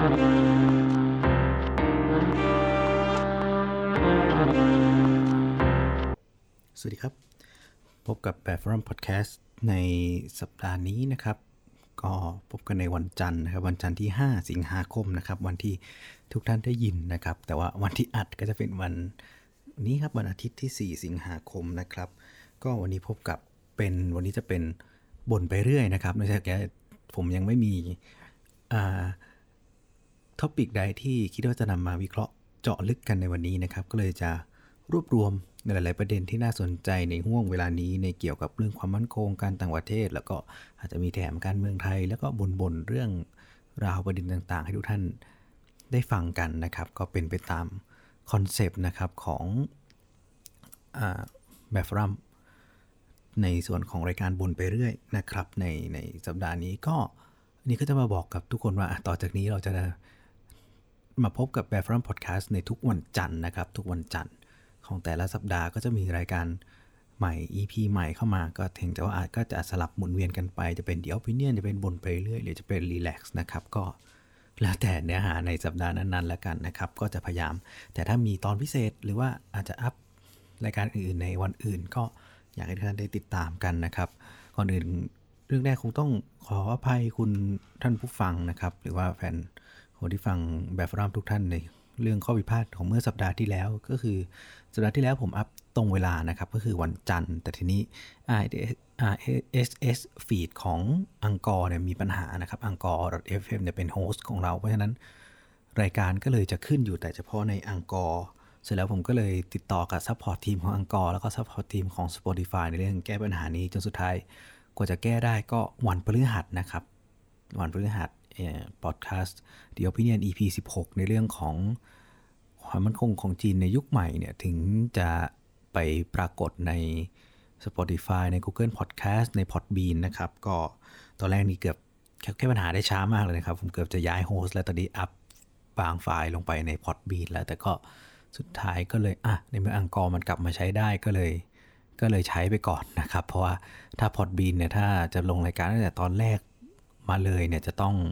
สวัสดีครับพบกับแบบฟอรัมพอดแคสต์ในสัปดาห์นี้นะครับก็พบกันในวันจันทร์นะครับวันจันทร์ที่5สิงหาคมนะครับวันที่ทุกท่านได้ยินนะครับแต่ว่าวันที่อัดก็จะเป็นวันนี้ครับวันอาทิตย์ที่4สิงหาคมนะครับก็วันนี้พบกับวันนี้จะเป็นบ่นไปเรื่อยนะครับไม่ใช่แค่ผมยังไม่มีท็อปิกใดที่คิดว่าจะนำมาวิเคราะห์เจาะลึกกันในวันนี้นะครับก็เลยจะรวบรวมในหลายๆประเด็นที่น่าสนใจในห่วงเวลานี้ในเกี่ยวกับเรื่องความมั่นคงการต่างประเทศแล้วก็อาจจะมีแถมการเมืองไทยแล้วก็บ่นๆเรื่องราวประเด็นต่างๆให้ทุกท่านได้ฟังกันนะครับก็เป็นไปตามคอนเซปต์นะครับของแบบฟอรัมในส่วนของรายการบ่นไปเรื่อยนะครับในสัปดาห์นี้ก็นี่ก็จะมาบอกกับทุกคนว่าต่อจากนี้เราจะมาพบกับแบบฟอรัมพอดแคสต์ในทุกวันจันทร์นะครับทุกวันจันทร์ของแต่ละสัปดาห์ก็จะมีรายการใหม่ EP ใหม่เข้ามาก็เพียงแต่ว่าอาจก็จะสลับหมุนเวียนกันไปจะเป็นเดี๋ยว Opinion จะเป็นบ่นไปเรื่อยหรือจะเป็น Relax นะครับก็แล้วแต่เนื้อหาในสัปดาห์นั้นๆแล้วกันนะครับก็จะพยายามแต่ถ้ามีตอนพิเศษหรือว่าอาจจะอัพรายการอื่นในวันอื่นก็อยากให้ท่านได้ติดตามกันนะครับก่อนอื่นเรื่องแรกคงต้องขออภัยคุณท่านผู้ฟังนะครับหรือว่าแฟนคนที่ฟังแบบฟอรัมทุกท่านในเรื่องข้อผิดพลาดของเมื่อสัปดาห์ที่แล้วก็คือสัปดาห์ที่แล้วผมอัพตรงเวลานะครับก็คือวันจันทร์แต่ทีนี้ RSS feed ของ Anchor เนี่ยมีปัญหานะครับ Anchor.fm เนี่ยเป็นโฮสต์ของเราเพราะฉะนั้นรายการก็เลยจะขึ้นอยู่แต่เฉพาะใน Anchor เสร็จแล้วผมก็เลยติดต่อกับซัพพอร์ตทีมของ Anchor แล้วก็ซัพพอร์ตทีมของ Spotify ในเรื่องแก้ปัญหานี้จนสุดท้ายกว่าจะแก้ได้ก็วันพฤหัสนะครับวันพฤหัสพอดแคสต์ The Opinion EP 16ในเรื่องของความมั่นคงของจีนในยุคใหม่เนี่ยถึงจะไปปรากฏใน Spotify ใน Google Podcast ใน Podbean นะครับก็ตอนแรกนี่เกือบแก้ปัญหาได้ช้ามากเลยนะครับผมเกือบจะย้ายโฮสต์แล้วตอนนี้อัพบางไฟล์ลงไปใน Podbean แล้วแต่ก็สุดท้ายก็เลยในเมื่อAnchorมันกลับมาใช้ได้ก็เลยใช้ไปก่อนนะครับเพราะว่าถ้า Podbean เนี่ยถ้าจะลงรายการตั้งแต่ตอนแรกมาเลยเนี่ยจะต้อง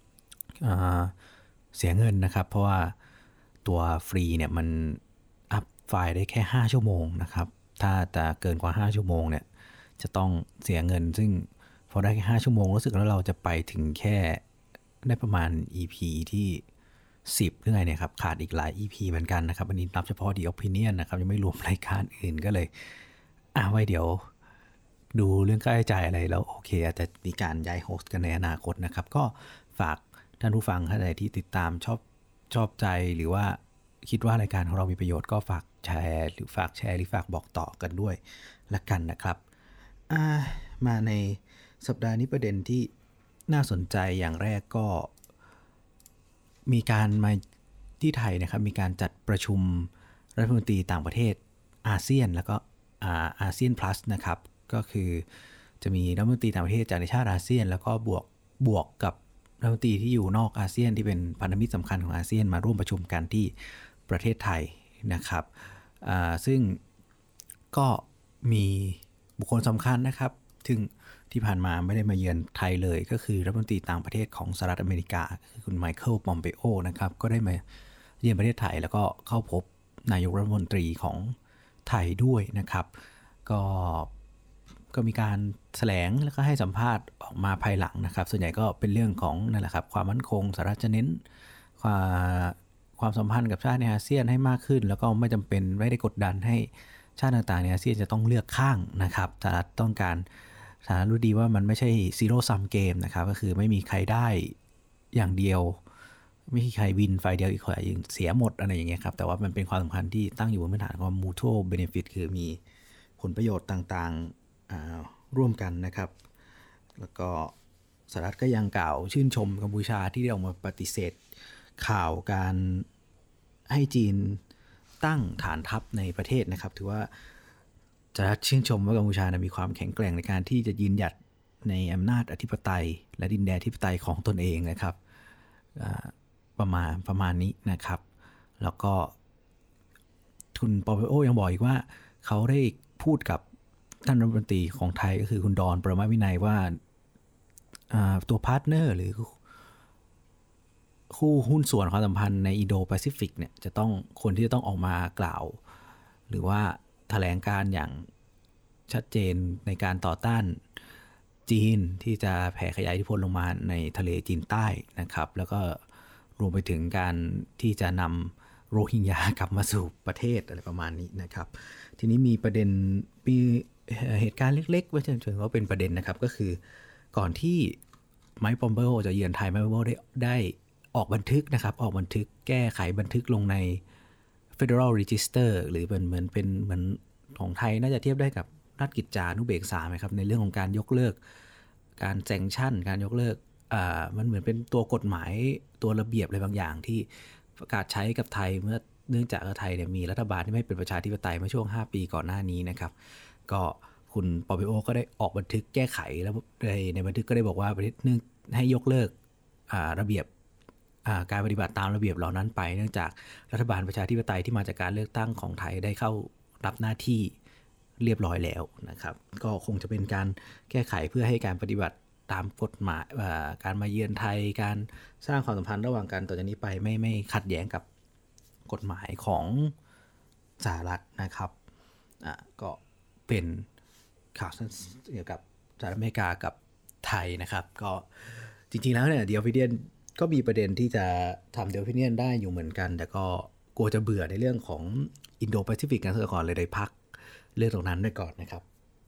เสียเงินนะครับเพราะว่าตัวฟรีเนี่ยมันอัพไฟล์ได้แค่5ชั่วโมงนะครับถ้าจะเกินกว่า5ชั่วโมงเนี่ยจะต้องเสียเงินซึ่งพอได้แค่5ชั่วโมงรู้สึกแล้วเราจะไปถึงแค่ได้ประมาณ EP ที่10หรือไงเนี่ยครับขาดอีกหลาย EP เหมือนกันนะครับอันนี้นับเฉพาะ The Opinion นะครับยังไม่รวมรายการอื่นก็เลยไว้เดี๋ยวดูเรื่องค่าใช้จ่ายอะไรแล้วโอเคอาจจะมีการย้ายโฮสต์กันในอนาคตนะครับก็ฝากท่านผู้ฟังท่านใดที่ติดตามชอบใจหรือว่าคิดว่ารายการของเรามีประโยชน์ก็ฝากแชร์หรือฝากบอกต่อกันด้วยละกันนะครับมาในสัปดาห์นี้ประเด็นที่น่าสนใจอย่างแรกก็มีการมาที่ไทยนะครับมีการจัดประชุมรัฐมนตรีต่างประเทศอาเซียนแล้วก็อาเซียน plus นะครับก็คือจะมีรัฐมนตรีต่างประเทศจากในชาติอาเซียนแล้วก็บวกกับรัฐมนตรีที่อยู่นอกอาเซียนที่เป็นพันธมิตรสำคัญของอาเซียนมาร่วมประชุมกันที่ประเทศไทยนะครับซึ่งก็มีบุคคลสำคัญนะครับถึงที่ผ่านมาไม่ได้มาเยือนไทยเลยก็คือรัฐมนตรีต่างประเทศของสหรัฐอเมริกาคือคุณไมเคิล ปอมเปโอนะครับก็ได้มาเยือนประเทศไทยแล้วก็เข้าพบนายกรัฐมนตรีของไทยด้วยนะครับก็มีการแถลงแล้วก็ให้สัมภาษณ์ออกมาภายหลังนะครับส่วนใหญ่ก็เป็นเรื่องของนั่นแหละครับความมั่นคงสหรัฐจะเน้นความสัมพันธ์กับชาติในอาเซียนให้มากขึ้นแล้วก็ไม่จำเป็นไม่ได้กดดันให้ชาติต่างๆในอาเซียนจะต้องเลือกข้างนะครับสหรัฐต้องการสหรัฐรู้ดีว่ามันไม่ใช่ซีโร่ซัมเกมนะครับก็คือไม่มีใครได้อย่างเดียวไม่มีใครวินฝ่ายเดียวอีกฝ่ายเสียหมดอะไรอย่างเงี้ยครับแต่ว่ามันเป็นความสัมพันธ์ที่ตั้งอยู่บนพื้นฐานของ mutual benefit คือมีผลประโยชน์ต่างๆร่วมกันนะครับแล้วก็สหรัฐก็ยังกล่าวชื่นชมกัมพูชาที่ได้ออกมาปฏิเสธข่าวการให้จีนตั้งฐานทัพในประเทศนะครับถือว่าจะชื่นชมว่ากัมพูชามีความแข็งแกร่งในการที่จะยืนหยัดในอำนาจอธิปไตยและดินแดนอธิปไตยของตนเองนะครับประมาณนี้นะครับแล้วก็คุณปอเปโอยังบอกอีกว่าเขาได้พูดกับท่านรัฐมนตรีของไทยก็คือคุณดอนปรมัตถ์วินัยว่าตัวพาร์ทเนอร์หรือคคู่หุ้นส่วนความสัมพันธ์ในอินโดแปซิฟิกเนี่ยจะต้องคนที่จะต้องออกมากล่าวหรือว่าแถลงการอย่างชัดเจนในการต่อต้านจีนที่จะแผ่ขยายอิทธิพลลงมาในทะเลจีนใต้นะครับแล้วก็รวมไปถึงการที่จะนำโรฮิงญากลับมาสู่ประเทศอะไรประมาณนี้นะครับทีนี้มีประเด็นมีเหตุการณ์เล็กๆไว้เฉยๆว่าเป็นประเด็นนะครับก็คือก่อนที่ไมค์ ปอมเปโอจะเยือนไทยไมค์ ปอมเปโอได้ออกบันทึกนะครับออกบันทึกแก้ไขบันทึกลงใน Federal Register หรือเหมือนของไทยน่าจะเทียบได้กับราชกิจจานุเบกษาไหมครับในเรื่องของการยกเลิกการแซงชั่นการยกเลิกมันเหมือนเป็นตัวกฎหมายตัวระเบียบอะไรบางอย่างที่ประกาศใช้กับไทยเมื่อเนื่องจากไทยเนี่ยมีรัฐบาลที่ไม่เป็นประชาธิปไตยเมื่อช่วง5ปีก่อนหน้านี้นะครับก็คุณปอมเปโอก็ได้ออกบันทึกแก้ไขแล้วในบันทึกก็ได้บอกว่าเนื่องให้ยกเลิกระเบียบการปฏิบัติตามระเบียบเหล่านั้นไปเนื่องจากรัฐบาลประชาธิปไตยที่มาจากการเลือกตั้งของไทยได้เข้ารับหน้าที่เรียบร้อยแล้วนะครับก็คงจะเป็นการแก้ไขเพื่อให้การปฏิบัติตามกฎหมายการมาเยือนไทยการสร้างความสัมพันธ์ระหว่างกันต่อจากนี้ไปไม่ขัดแย้งกับกฎหมายของสหรัฐนะครับก็เป็นข่าวเกี่ยวกับสหรัฐอเมริกากับไทยนะครับก็จริงๆแล้วเนี่ยเดียวพิเดียนก็มีประเด็นที่จะทำเดียวพิเดียนได้อยู่เหมือนกันแต่ก็กลัวจะเบื่อในเรื่องของอินโดแปซิฟิกกันซะก่อนเลยพักเรื่องตรงนั้นได้ก่อนนะครับ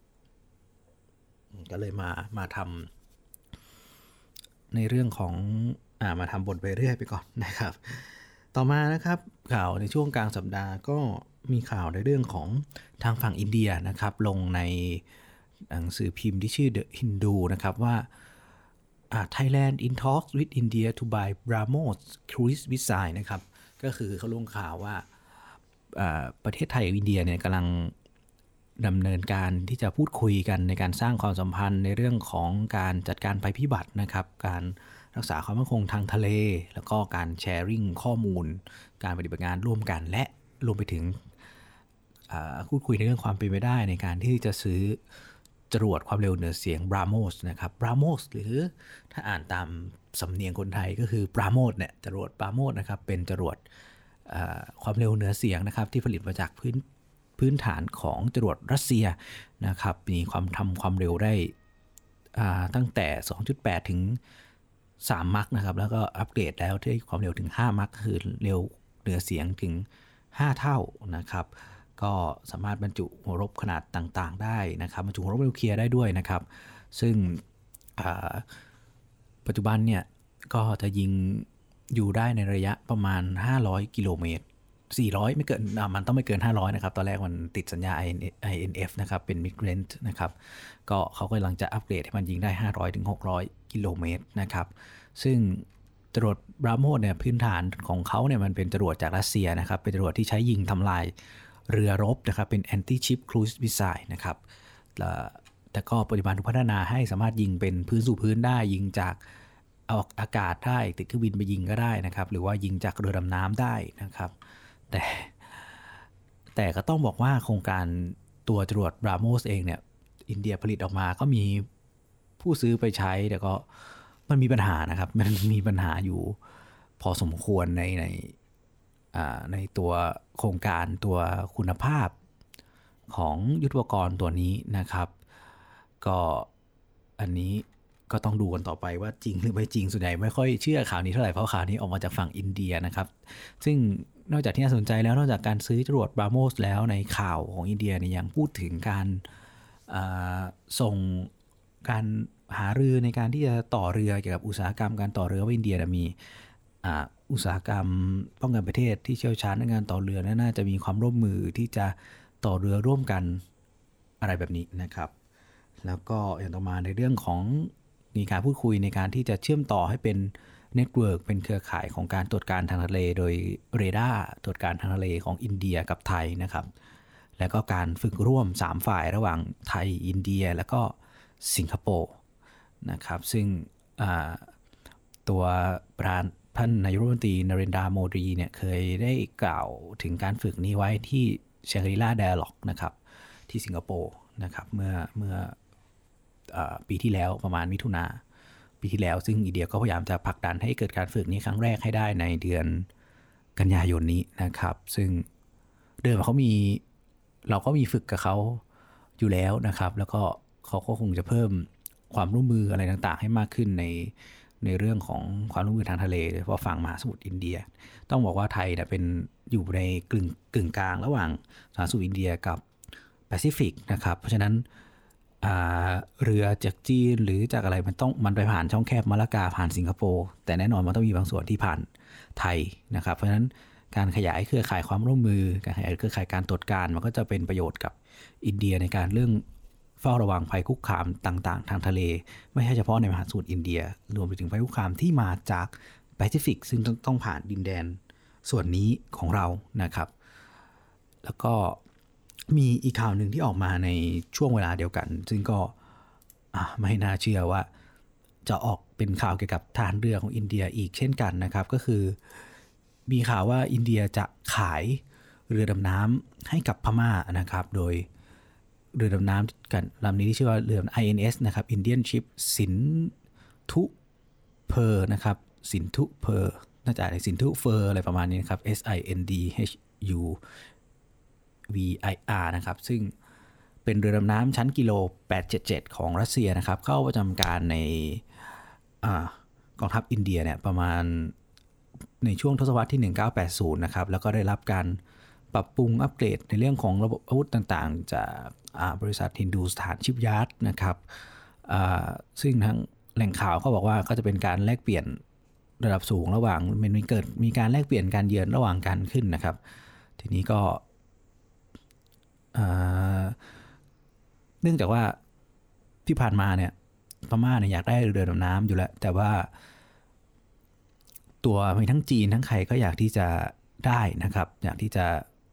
ก็เลยมาทำในเรื่องของมาทำบทไปเรื่อยไปก่อนนะครับต่อมานะครับข่าวในช่วงกลางสัปดาห์ก็มีข่าวในเรื่องของทางฝั่งอินเดียนะครับลงในหนังสือพิมพ์ที่ชื่อ The Hindu นะครับว่าThailand in talks with India to buy BrahMos cruise missile นะครับก็คือเขาลงข่าวว่าประเทศไทยกับอินเดียเนี่ยกำลังดำเนินการที่จะพูดคุยกันในการสร้างความสัมพันธ์ในเรื่องของการจัดการภัยพิบัตินะครับการรักษาความมั่นคงทางทะเลแล้วก็การแชร์ริ่งข้อมูลการปฏิบัติงานร่วมกันและรวมไปถึงพูดคุยในเรื่องความเป็นไปได้ในการที่จะซื้อจรวดความเร็วเหนือเสียง BrahMos นะครับ BrahMos หรือถ้าอ่านตามสำเนียงคนไทยก็คือ BrahMos เนี่ยจรวด BrahMos นะครับเป็นจรวดความเร็วเหนือเสียงนะครับที่ผลิตมาจากพื้นฐานของจรวดรัสเซียนะครับมีความเร็วได้ตั้งแต่ 2.8 ถึง3 มัคนะครับแล้วก็อัปเกรดแล้วที่ความเร็วถึง5 มัคคือเร็วเหนือเสียงถึง5 เท่านะครับก็สามารถบรรจุหัวรบขนาดต่างๆได้นะครับบรรจุหัวรบนิวเคลียร์ได้ด้วยนะครับซึ่งปัจจุบันเนี่ยก็จะยิงอยู่ได้ในระยะประมาณ500 กิโลเมตร400ไม่เกินมันต้องไม่เกิน500นะครับตอนแรกมันติดสัญญา INF นะครับเป็น Migrant นะครับก็เขากำลังจะอัปเกรดให้มันยิงได้500 ถึง 600 กิโลเมตรนะครับซึ่งจรวด BrahMos เนี่ยพื้นฐานของเขาเนี่ยมันเป็นจรวดจากรัสเซียนะครับเป็นจรวดที่ใช้ยิงทำลายเรือรบนะครับเป็น Anti-Ship Cruise Missile นะครับแต่ก็ปัจจุบันถูกพัฒนาให้สามารถยิงเป็นพื้นสู่พื้นได้ยิงจากอากาศได้ติดเครื่องบินไปยิงก็ได้นะครับหรือว่ายิงจากเรือดำน้ำได้นะครับแต่ก็ต้องบอกว่าโครงการตัวจรวด BrahMos เองเนี่ยอินเดียผลิตออกมาก็มีผู้ซื้อไปใช้แต่ก็มันมีปัญหานะครับมันมีปัญหาอยู่พอสมควรในตัวโครงการตัวคุณภาพของยุทโธปกรณ์ตัวนี้นะครับก็อันนี้ก็ต้องดูกันต่อไปว่าจริงหรือไม่จริงส่วนใหญ่ไม่ค่อยเชื่อข่าวนี้เท่าไหร่เพราะข่าวนี้ออกมาจากฝั่งอินเดียนะครับซึ่งนอกจากที่น่าสนใจแล้วนอกจากการซื้อจรวด BrahMos แล้วในข่าวของอินเดียเนี่ยยังพูดถึงการส่งการหารือในการที่จะต่อเรือเกี่ยวกับอุตสาหกรรมการต่อเรือว่าอินเดียมีอุตสาหกรรมป้องกันประเทศที่เชี่ยวชาญในการต่อเรือน่าจะมีความร่วมมือที่จะต่อเรือร่วมกันอะไรแบบนี้นะครับแล้วก็อย่างต่อมาในเรื่องของมีการพูดคุยในการที่จะเชื่อมต่อให้เป็นเน็ตเวิร์กเป็นเครือข่ายของการตรวจการทางทะเลโดยเรดาร์ตรวจการทางทะเลของอินเดียกับไทยนะครับแล้วก็การฝึกร่วม3ฝ่ายระหว่างไทยอินเดียแล้วก็สิงคโปร์นะครับซึ่งตัวท่านนายกรัฐมนตรีนเรนดราโมดีเนี่ยเคยได้กล่าวถึงการฝึกนี้ไว้ที่แชงกรีลาไดอะล็อกนะครับที่สิงคโปร์นะครับเมื่อปีที่แล้วประมาณมิถุนาปีที่แล้วซึ่งอินเดียก็พยายามจะผลักดันให้เกิดการฝึกนี้ครั้งแรกให้ได้ในเดือนกันยายนนี้นะครับซึ่งเดิมเราก็มีฝึกกับเขาอยู่แล้วนะครับแล้วก็เขาก็คงจะเพิ่มความร่วมมืออะไรต่างๆให้มากขึ้นในเรื่องของความร่วมมือทางทะเลโดยเฉพาะฝั่งมหาสมุทรอินเดียต้องบอกว่าไทยเนี่ยเป็นอยู่ในกึ่งกลางระหว่างมหาสมุทรอินเดียกับแปซิฟิกนะครับเพราะฉะนั้นเรือจากจีนหรือจากอะไรมันไปผ่านช่องแคบมะละกาผ่านสิงคโปร์แต่แน่นอนมันต้องมีบางส่วนที่ผ่านไทยนะครับเพราะฉะนั้นการขยายเครือข่ายความร่วมมือการขยายเครือข่ายการตรวจการมันก็จะเป็นประโยชน์กับอินเดียในการเรื่องเฝ้าระวังภัยคุกคามต่างๆทางทะเลไม่ใช่เฉพาะในมหาสมุทรอินเดียรวมไปถึงภัยคุกคามที่มาจากแปซิฟิกซึ่งต้องผ่านดินแดนส่วนนี้ของเรานะครับแล้วก็มีอีกข่าวหนึ่งที่ออกมาในช่วงเวลาเดียวกันซึ่งก็ไม่น่าเชื่อว่าจะออกเป็นข่าวเกี่ยวกับทหารเรือของอินเดียอีกเช่นกันนะครับก็คือมีข่าวว่าอินเดียจะขายเรือดำน้ำให้กับพม่านะครับโดยเรือดำน้ำกันลำนี้ที่ชื่อว่าเรือ INS นะครับ Indian Ship สินธุเพอร์นะครับสินธุเพอร์น่าจะอะไรสินธุเฟอร์อะไรประมาณนี้นะครับ SINDHU VIR นะครับซึ่งเป็นเรือดำน้ำชั้นกิโล877ของรัสเซียนะครับเข้าประจำการในกองทัพอินเดียเนี่ยประมาณในช่วงทศวรรษที่1980นะครับแล้วก็ได้รับการปรับปรุงอัปเกรดในเรื่องของระบบอาวุธต่างๆจากบริษัทฮินดูสถานชิปยาร์ดนะครับซึ่งทั้งแหล่งข่าวเขาบอกว่าก็จะเป็นการแลกเปลี่ยนระดับสูงระหว่างมีการแลกเปลี่ยนการเยือนระหว่างกันขึ้นนะครับทีนี้ก็เนื่องจากว่าที่ผ่านมาเนี่ยพม่าเนี่ยอยากได้เรือดำน้ำอยู่แล้วแต่ว่าตัวมีทั้งจีนทั้งใครก็อยากที่จะได้นะครับอยากที่จะ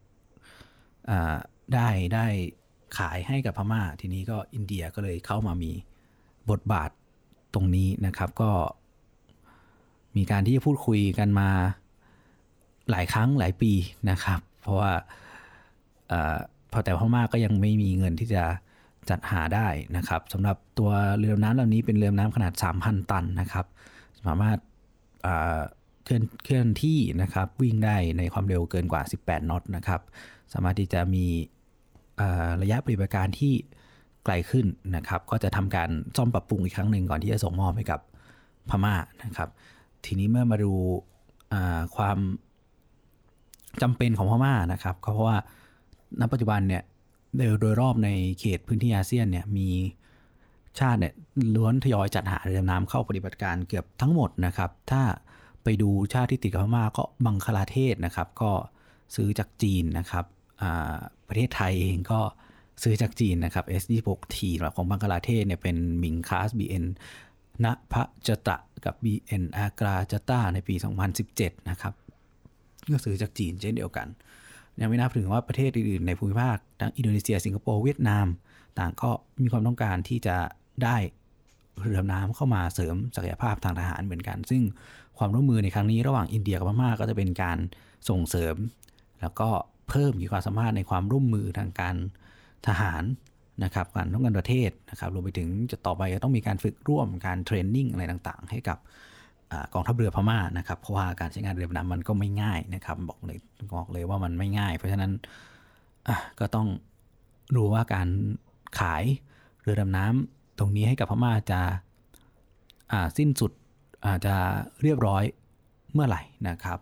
ได้ขายให้กับพม่าทีนี้ก็อินเดียก็เลยเข้ามามีบทบาทตรงนี้นะครับก็มีการที่จะพูดคุยกันมาหลายครั้งหลายปีนะครับเพราะว่าพอแต่พม่าก็ยังไม่มีเงินที่จะจัดหาได้นะครับสำหรับตัวเรือดำน้ำลำนี้เป็นเรือดำน้ำขนาด 3,000 ตันนะครับสามารถเคลื่อนที่นะครับวิ่งได้ในความเร็วเกินกว่า18 น็อตนะครับสามารถที่จะมีระยะปฏิบัติการที่ไกลขึ้นนะครับก็จะทำการซ่อมปรับปรุงอีกครั้งหนึ่งก่อนที่จะส่งมอบให้กับพม่านะครับทีนี้เมื่อมาดูความจำเป็นของพม่านะครับก็เพราะว่าณปัจจุบันเนี่ยโดยรอบในเขตพื้นที่อาเซียนเนี่ยมีชาติเนี่ยล้วนทยอยจัดหาเรือดำน้ำเข้าปฏิบัติการเกือบทั้งหมดนะครับถ้าไปดูชาติที่ติดกับพม่าก็บังคลาเทศนะครับก็ซื้อจากจีนนะครับประเทศไทยเองก็ซื้อจากจีนนะครับ S26T ของบังคลาเทศเนี่ยเป็นมิงคลาส BN ณพะจตะกับ BN อากราจตาในปี 2017 นะครับก็ซื้อจากจีนเช่นเดียวกันยังไม่นับถึงว่าประเทศอื่นๆในภูมิภาคทั้งอินโดนีเซียสิงคโปร์เวียดนามต่างก็มีความต้องการที่จะได้เรือดำน้ำเข้ามาเสริมศักยภาพทางทหารเหมือนกันซึ่งความร่วมมือในครั้งนี้ระหว่างอินเดียกับพม่าก็จะเป็นการส่งเสริมแล้วก็เพิ่มขีดความสามารถในความร่วมมือทางการทหารนะครับการป้องกันประเทศนะครับรวมไปถึงจะต่อไปจะต้องมีการฝึกร่วมการเทรนนิ่งอะไรต่างๆให้กับกองทัพเรือพม่านะครับเพราะว่าการใช้งานเรือดำน้ำมันก็ไม่ง่ายนะครับบอกเลยว่ามันไม่ง่ายเพราะฉะนั้นก็ต้องรู้ว่าการขายเรือดำน้ำตรงนี้ให้กับพม่าจะสิ้นสุดจะเรียบร้อยเมื่อไหร่นะครับ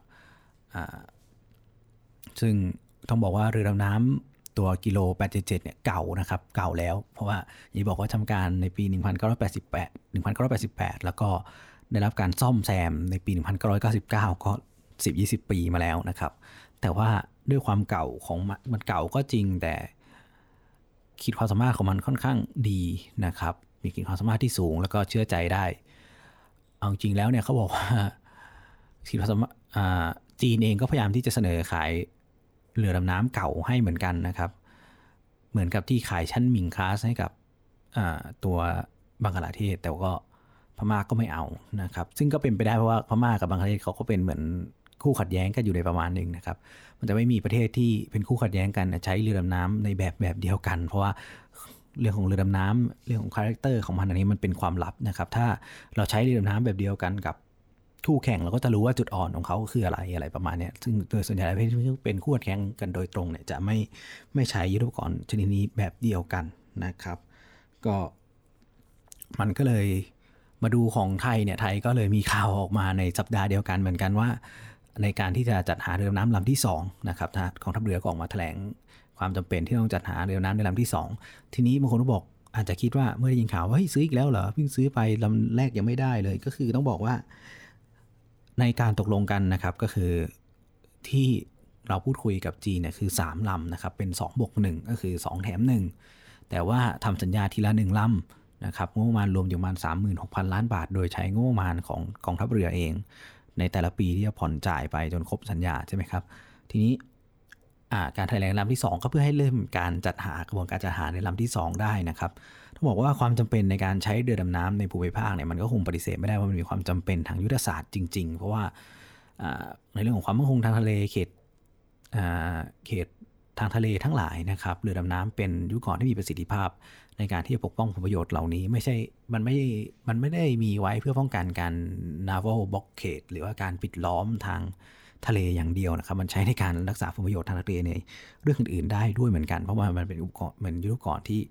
ซึ่งต้องบอกว่าเรือดำน้ำตัวกิโล877เนี่ยเก่านะครับเก่าแล้วเพราะว่าอย่างที่บอกว่าทำการในปี1988แล้วก็ได้รับการซ่อมแซมในปี1999ก็10-20 ปีมาแล้วนะครับแต่ว่าด้วยความเก่าของมันเก่าก็จริงแต่ขีดความสามารถของมันค่อนข้างดีนะครับมีขีดความสามารถที่สูงแล้วก็เชื่อใจได้เอาจริงแล้วเนี่ยเขาบอกว่าขีดความสามารถจีนเองก็พยายามที่จะเสนอขายเรือดำน้ำเก่าให้เหมือนกันนะครับเหมือนกับที่ขายชั้นมิงคลาสให้กับตัวบังคลาเทศแต่ก็พม่าก็ไม่เอานะครับซึ่งก็เป็นไปได้เพราะว่าพม่ากับบังคลาเทศเขาก็เป็นเหมือนคู่ขัดแย้งกันอยู่ในประมาณนึงนะครับมันจะไม่มีประเทศที่เป็นคู่ขัดแย้งกันใช้เรือดำน้ำในแบบเดียวกันเพราะว่าเรื่องของเรือดำน้ำเรื่องของคาแรคเตอร์ของมันอันนี้มันเป็นความลับนะครับถ้าเราใช้เรือดำน้ำแบบเดียวกันกับคู่แข่งเราก็จะรู้ว่าจุดอ่อนของเขาคืออะไรประมาณนี้ซึ่งโดยส่วนใหญ่เป็นคู่แข่งกันโดยตรงเนี่ยจะไม่ใช้ยุทโธปกรณ์ชนิดนี้แบบเดียวกันนะครับก็มันก็เลยมาดูของไทยเนี่ยไทยก็เลยมีข่าวออกมาในสัปดาห์เดียวกันเหมือนกันว่าในการที่จะจัดหาเรือดำน้ำลำที่2นะครับกองทัพเรือก็ออกมาแถลงความจำเป็นที่ต้องจัดหาเรือดำน้ำในลำที่2ทีนี้บางคนก็บอกอาจจะคิดว่าเมื่อได้ยินข่าวว่าเฮ้ยซื้ออีกแล้วเหรอเพิ่งซื้อไปลำแรกยังไม่ได้เลยก็คือต้องบอกว่าในการตกลงกันนะครับก็คือที่เราพูดคุยกับจีนเนี่ยคือ3ลำนะครับเป็น2+1ก็คือ2แถม1แต่ว่าทำสัญญาทีละ1ลำนะครับงบประมาณรวมอยู่ประมาณ 36,000 ล้านบาทโดยใช้งบประมาณของกองทัพเรือเองในแต่ละปีที่จะผ่อนจ่ายไปจนครบสัญญาใช่ไหมครับทีนี้การแถลงลำที่2ก็เพื่อให้เริ่มการจัดหากระบวนการจัดหาในลำที่2ได้นะครับต้องบอกว่าความจำเป็นในการใช้เรือดำน้ำในภูมิภาคเนี่ยมันก็คงปฏิเสธไม่ได้ว่ามันมีความจำเป็นทางยุทธศาสตร์จริงๆเพราะว่าในเรื่องของความมั่นคงทางทะเลเขตทางทะเลทั้งหลายนะครับเรือดำน้ำเป็นยุทธกรที่มีประสิทธิภาพในการที่จะปกป้องผลประโยชน์เหล่านี้มันไม่ได้มีไว้เพื่อป้องกันการ naval blockade หรือว่าการปิดล้อมทางทะเลอย่างเดียวนะครับมันใช้ในการรักษาผลประโยชน์ทางทะเลในเรื่องอื่นๆได้ด้วยเหมือนกันเพราะว่ามันเป็นยุทธกรที่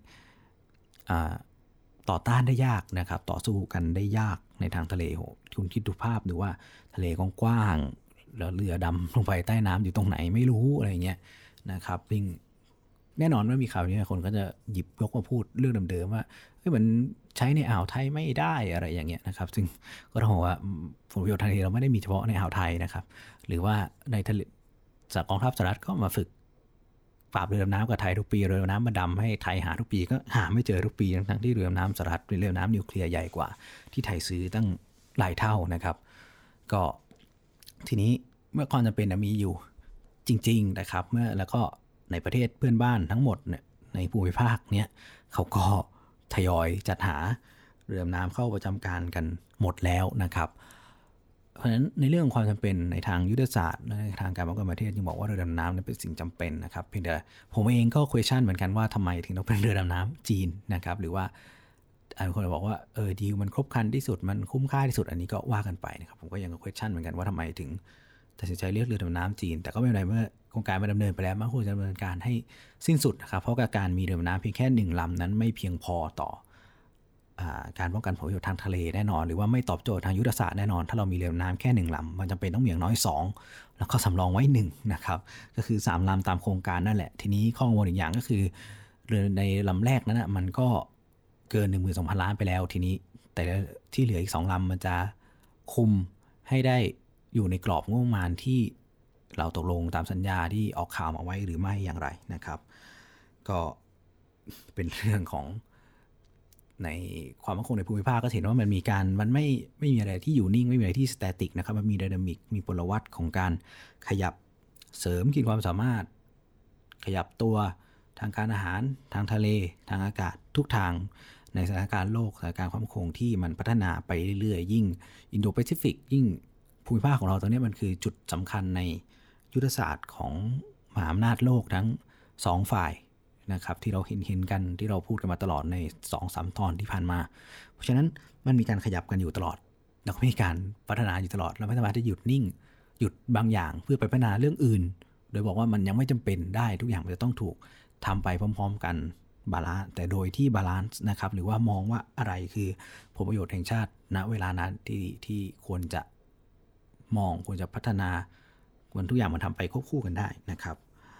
ต่อต้านได้ยากนะครับต่อสู้กันได้ยากในทางทะเลคุณคิดดูภาพดูว่าทะเลกว้างแล้วเรือดำลงไปใต้น้ำอยู่ตรงไหนไม่รู้อะไรเงี้ยนะครับซึ่งแน่นอนว่ามีข่าวนี้คนก็จะหยิบยกมาพูดเรื่องเดิมๆว่าเฮ้ยมันใช้ในอ่าวไทยไม่ได้อะไรอย่างเงี้ยนะครับซึ่งก็ต้องบอกว่าผลประโยชน์ทางทะเลเราไม่ได้มีเฉพาะในอ่าวไทยนะครับหรือว่าในทะเลกองทัพสหรัฐก็มาฝึกปราบเรือดำน้ำกับไทยทุกปีเรือดำน้ำมาดำให้ไทยหาทุกปีก็หาไม่เจอทุกปีทั้งที่เรือดำน้ำสหรัฐเป็นเรือดำน้ำนิวเคลียร์ใหญ่กว่าที่ไทยซื้อตั้งหลายเท่านะครับก็ทีนี้เมื่อความจำเป็นมีอยู่จริงๆนะครับเมื่อแล้วก็ในประเทศเพื่อนบ้านทั้งหมดเนี่ยในภูมิภาคเนี้ยเขาก็ทยอยจัดหาเรือดำน้ำเข้าประจำการกันหมดแล้วนะครับเพราะฉะนั้นในเรื่องความจำเป็นในทางยุทธศาสตร์ในทางการป้องกันประเทศยังบอกว่าเรือดำน้ำเป็นสิ่งจำเป็นนะครับเพียงแต่ผมเองก็ question เหมือนกันว่าทำไมถึงต้องเป็นเรือดำน้ำจีนนะครับหรือว่าคนบอกว่าดีลมันครบครันที่สุดมันคุ้มค่าที่สุดอันนี้ก็ว่ากันไปนะครับผมก็ยัง question เหมือนกันว่าทำไมถึงตัดสินใจเลือกเรือดำน้ำจีนแต่ก็ไม่เป็นไรเมื่อโครงการมันดำเนินไปแล้วมันควรจะดำเนินการให้สิ้นสุดนะครับเพราะการมีเรือดำน้ำเพียงแค่1ลำนั้นไม่เพียงพอต่อการป้องกันผลประโยชน์ทางทะเลแน่นอนหรือว่าไม่ตอบโจทย์ทางยุทธศาสตร์แน่นอนถ้าเรามีเรือดำน้ำแค่1ลำมันจำเป็นต้องมีอย่างน้อย2แล้วก็สำรองไว้1นะครับก็คือ3ลำตามโครงการนั่นแหละทีนี้ข้อกังวลอีกอย่างก็คือเรือในลำแรกนั้นมันก็เกิน 12,000 ล้านไปแล้วทีนี้แต่ที่เหลืออีก2ลำมันจะคุมให้ได้อยู่ในกรอบงบประมาณที่เราตกลงตามสัญญาที่ออกข่าวมาไว้หรือไม่อย่างไรนะครับก็เป็นเรื่องของในความมั่นคงในภูมิภาคก็เห็นว่ามันไม่มีอะไรที่อยู่นิ่งไม่มีอะไรที่สแตติกนะครับมันมีไดนามิกมีพลวัตของการขยับเสริมขีดความสามารถขยับตัวทางการอาหารทางทะเลทางอากาศทุกทางในสถานการณ์โลกสถานการณ์ความมั่นคงที่มันพัฒนาไปเรื่อยๆยิ่งอินโดแปซิฟิกยิ่งภูมิภาคของเราตอนนี้มันคือจุดสำคัญในยุทธศาสตร์ของมหาอำนาจโลกทั้ง2ฝ่ายนะครับที่เราเห็นกันที่เราพูดกันมาตลอดใน 2-3 ตอนที่ผ่านมาเพราะฉะนั้นมันมีการขยับกันอยู่ตลอดแล้วก็มีการพัฒนาอยู่ตลอดเราไม่สามารถที่หยุดนิ่งหยุดบางอย่างเพื่อไปพัฒนาเรื่องอื่นโดยบอกว่ามันยังไม่จำเป็นได้ทุกอย่างมันจะต้องถูกทำไปพร้อมๆกันบาลานซ์แต่โดยที่บาลานซ์นะครับหรือว่ามองว่าอะไรคือผลประโยชน์แห่งชาติณเวลานั้นที่ควรจะมองควรจะพัฒนาควรทุกอย่างมันทำไปควบคู่กันได้นะครับ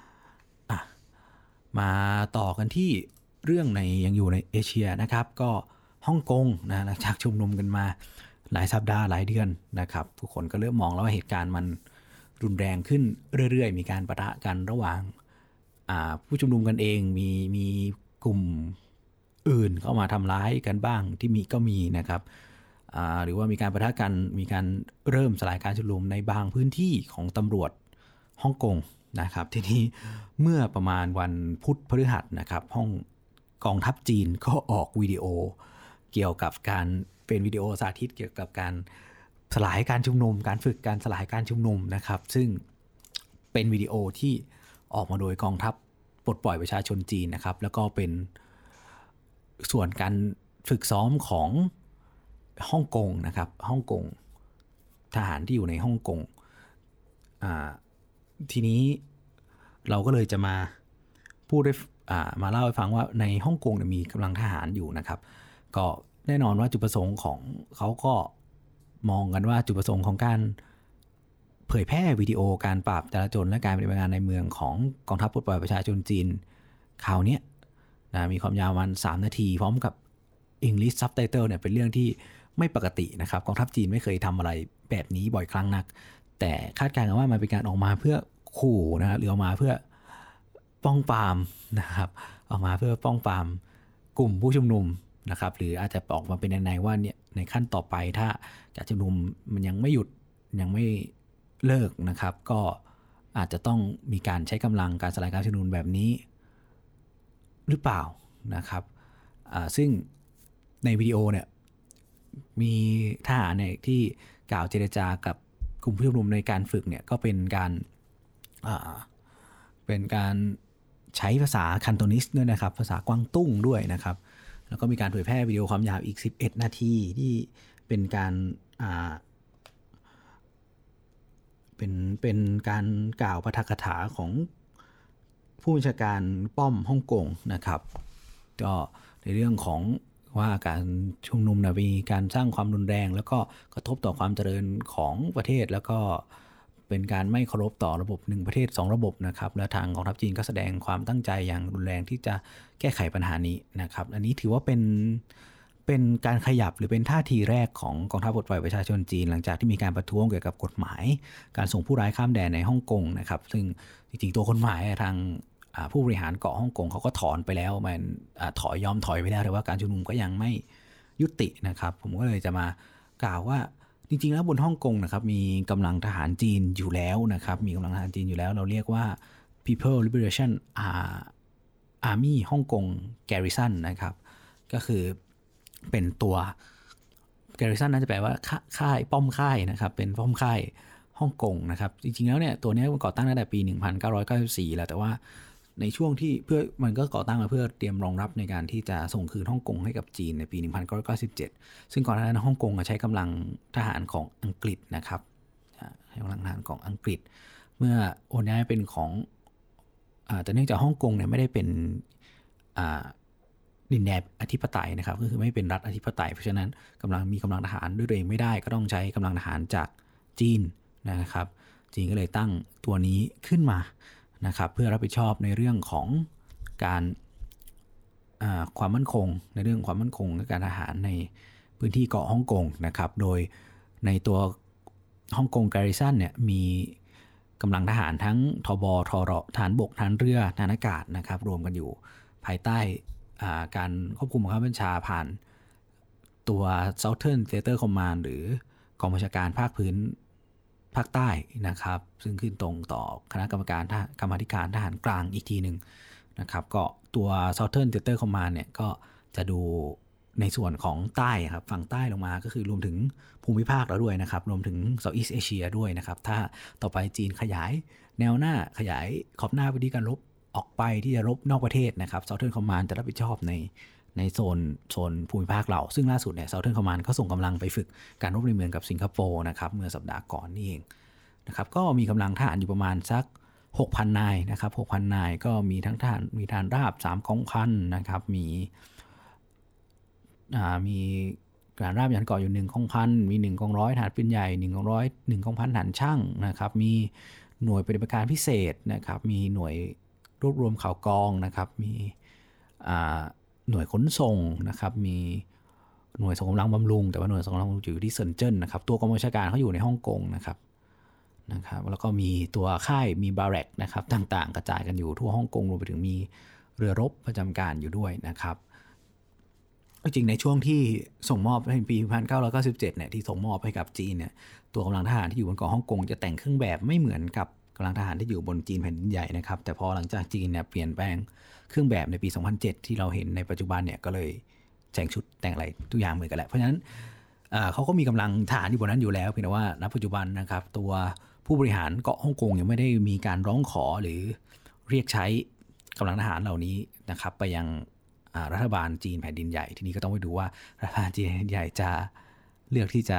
มาต่อกันที่เรื่องยังอยู่ในเอเชียนะครับก็ฮ่องกงนะหลังจากชุมนุมกันมาหลายสัปดาห์หลายเดือนนะครับทุกคนก็เริ่มมองแล้วว่าเหตุการณ์มันรุนแรงขึ้นเรื่อยๆมีการปะทะกันระหว่างผู้ชุมนุมกันเองมีกลุ่มอื่นเข้ามาทำร้ายกันบ้างที่ก็มีนะครับหรือว่ามีการปะทะกันมีการเริ่มสลายการชุมนุมในบางพื้นที่ของตำรวจฮ่องกงนะครับทีนี้เมื่อประมาณวันพุธพฤหัสนะครับกองทัพจีนก็ออกวิดีโอเกี่ยวกับการเป็นวิดีโอสาธิตเกี่ยวกับการสลายการชุมนุมการฝึกการสลายการชุมนุมนะครับซึ่งเป็นวิดีโอที่ออกมาโดยกองทัพปลดปล่อยประชาชนจีนนะครับแล้วก็เป็นส่วนการฝึกซ้อมของฮ่องกงนะครับฮ่องกงทหารที่อยู่ในฮ่องกงทีนี้เราก็เลยจะมาพูดได้มาเล่าให้ฟังว่าในฮ่องกงมีกำลังทหารอยู่นะครับก็แน่นอนว่าจุดประสงค์ของเขาก็มองกันว่าจุดประสงค์ของการเผยแพร่วิดีโอการปราบจลาจลและการปฏิบัติงานในเมืองของกองทัพปลดปล่อยประชาชนจีนข่าวนี้นะมีความยาวประมาณ3 นาทีพร้อมกับ English Subtitle เนี่ยเป็นเรื่องที่ไม่ปกตินะครับกองทัพจีนไม่เคยทำอะไรแบบนี้บ่อยครั้งนักแต่คาดการณ์กันว่ามันเป็นการออกมาเพื่อขู่นะครับหรือออกมาเพื่อป้องปรามนะครับออกมาเพื่อป้องปรามกลุ่มผู้ชุมนุมนะครับหรืออาจจะออกมาเป็นในว่าเนี่ยในขั้นต่อไปถ้าการชุมนุมมันยังไม่หยุดยังไม่เลิกนะครับก็อาจจะต้องมีการใช้กำลังการสลายการชุมนุมแบบนี้หรือเปล่านะครับซึ่งในวิดีโอเนี่ยมีทหารเนี่ยที่กล่าวเจรจากับกลุ่มผู้ชุมนุมในการฝึกเนี่ยก็เป็นการใช้ภาษาคันโตนิสด้วยนะครับภาษากวางตุ้งด้วยนะครับแล้วก็มีการเผยแพร่วิดีโอความยาวอีก11 นาทีที่เป็นการเป็นการกล่าวปาฐกถาของผู้บัญชาการป้อมฮ่องกงนะครับก็ในเรื่องของว่าการชุมนุมมีการสร้างความรุนแรงแล้วก็กระทบต่อความเจริญของประเทศแล้วก็เป็นการไม่เคารพต่อระบบ1 ประเทศ 2 ระบบนะครับและทางกองทัพจีนก็แสดงความตั้งใจอย่างรุนแรงที่จะแก้ไขปัญหานี้นะครับอันนี้ถือว่าเป็นการขยับหรือเป็นท่าทีแรกของกองทัพปลดปล่อยประชาชนจีนหลังจากที่มีการประท้วงเกี่ยวกับกฎหมายการส่งผู้ร้ายข้ามแดนในฮ่องกงนะครับซึ่งจริงๆตัวกฎหมายทางผู้บริหารเกาะฮ่องกงเขาก็ถอนไปแล้วมันยอมถอยไปแล้วแต่ว่าการชุมนุมก็ยังไม่ยุตินะครับผมก็เลยจะมากล่าวว่าจริงๆแล้วบนฮ่องกงนะครับมีกำลังทหารจีนอยู่แล้วนะครับมีกำลังทหารจีนอยู่แล้วเราเรียกว่า People Liberation Army ฮ่องกง Garrison นะครับก็คือเป็นตัว Garrison น่าจะแปลว่าค่ายป้อมค่ายนะครับเป็นป้อมค่ายฮ่องกงนะครับจริงๆแล้วเนี่ยตัวนี้มันก่อตั้งตั้งแต่ปี1994แล้วแต่ว่าในช่วงที่มันก็ก่อตั้งมาเพื่อเตรียมรองรับในการที่จะส่งคืนฮ่องกงให้กับจีนในปี1997ซึ่งก่อนหน้านั้นฮ่องกงใช้กำลังทหารของอังกฤษนะครับใช้กำลังทหารของอังกฤษเมื่อโอนย้ายเป็นของแต่เนื่องจากฮ่องกงเนี่ยไม่ได้เป็นดินแดนอธิปไตยนะครับก็คือไม่เป็นรัฐอธิปไตยเพราะฉะนั้นมีกำลังทหารด้วยตัวเองไม่ได้ก็ต้องใช้กำลังทหารจากจีนนะครับจีนก็เลยตั้งตัวนี้ขึ้นมานะครับเพื่อรับผิดชอบในเรื่องของการความมั่นคงในเรื่องความมั่นคงและการทหารในพื้นที่เกาะฮ่องกงนะครับโดยในตัวฮ่องกง Garrison เนี่ยมีกำลังทหารทั้งทบทรทหารบกทหารเรือทหารอากาศนะครับรวมกันอยู่ภายใต้การควบคุมบังคับบัญชาผ่านตัว Southern Theater Command หรือกองบัญชาการภาคพื้นภาคใต้นะครับซึ่งขึ้นตรงต่อคณะกรรมการกรรมาธิการทหารกลางอีกทีหนึ่งนะครับก็ตัว Southern Theater Command เนี่ยก็จะดูในส่วนของใต้ครับฝั่งใต้ลงมาก็คือรวมถึงภูมิภาคแล้วด้วยนะครับรวมถึง Southeast Asia ด้วยนะครับถ้าต่อไปจีนขยายแนวหน้าขยายขอบหน้าไปที่การรบออกไปที่จะรบนอกประเทศนะครับ Southern Command จะรับผิดชอบในโซนภูมิภาคเราซึ่งล่าสุดเนี่ย Southern Command ก็ส่งกำลังไปฝึกการรบในเมืองกับสิงคโปร์นะครับเมื่อสัปดาห์ก่อนนี่เองนะครับก็มีกำลังทหารอยู่ประมาณสัก 6,000 นายนะครับ 6,000 นายก็มีทั้งทหารมีทหารราบ3 กองพันนะครับมีการราบยันเกาะอยู่1 กองพันมี1 กองร้อยทหารปืนใหญ่1 กองร้อย1 กองพันทหารช่างนะครับมีหน่วยปฏิบัติการพิเศษนะครับมีหน่วยรวบรวมข่าวกองนะครับมีหน่วยขนส่งนะครับมีหน่วยส่งกำลังบำรุงแต่ว่าหน่วยส่งกำลังบำรุงอยู่ที่เซินเจิ้นนะครับตัวกองบัญชาการเขาอยู่ในฮ่องกงนะครับแล้วก็มีตัวค่ายมีบาร์แร็กนะครับต่างๆกระจายกันอยู่ทั่วฮ่องกงรวมไปถึงมีเรือรบประจำการอยู่ด้วยนะครับจริงในช่วงที่ส่งมอบในปี1997เนี่ยที่ส่งมอบให้กับจีนเนี่ยตัวกำลังทหารที่อยู่บนเกาะฮ่องกงจะแต่งเครื่องแบบไม่เหมือนกับกำลังทหารที่อยู่บนจีนแผ่นดินใหญ่นะครับแต่พอหลังจากจีนเนี่ยเปลี่ยนแปลงเครื่องแบบในปี2007ที่เราเห็นในปัจจุบันเนี่ยก็เลยแต่งชุดแต่งอะไรทุกอย่างเหมือนกันแหละเพราะฉะนั้นเขาก็มีกำลังทหารอยู่บนนั้นอยู่แล้วเพียงแต่ว่าณปัจจุบันนะครับตัวผู้บริหารเกาะฮ่องกงยังไม่ได้มีการร้องขอหรือเรียกใช้กำลังทหารเหล่านี้นะครับไปยังรัฐบาลจีนแผ่นดินใหญ่ทีนี้ก็ต้องไปดูว่ารัฐบาลจีนแผ่นดินใหญ่จะเลือกที่จะ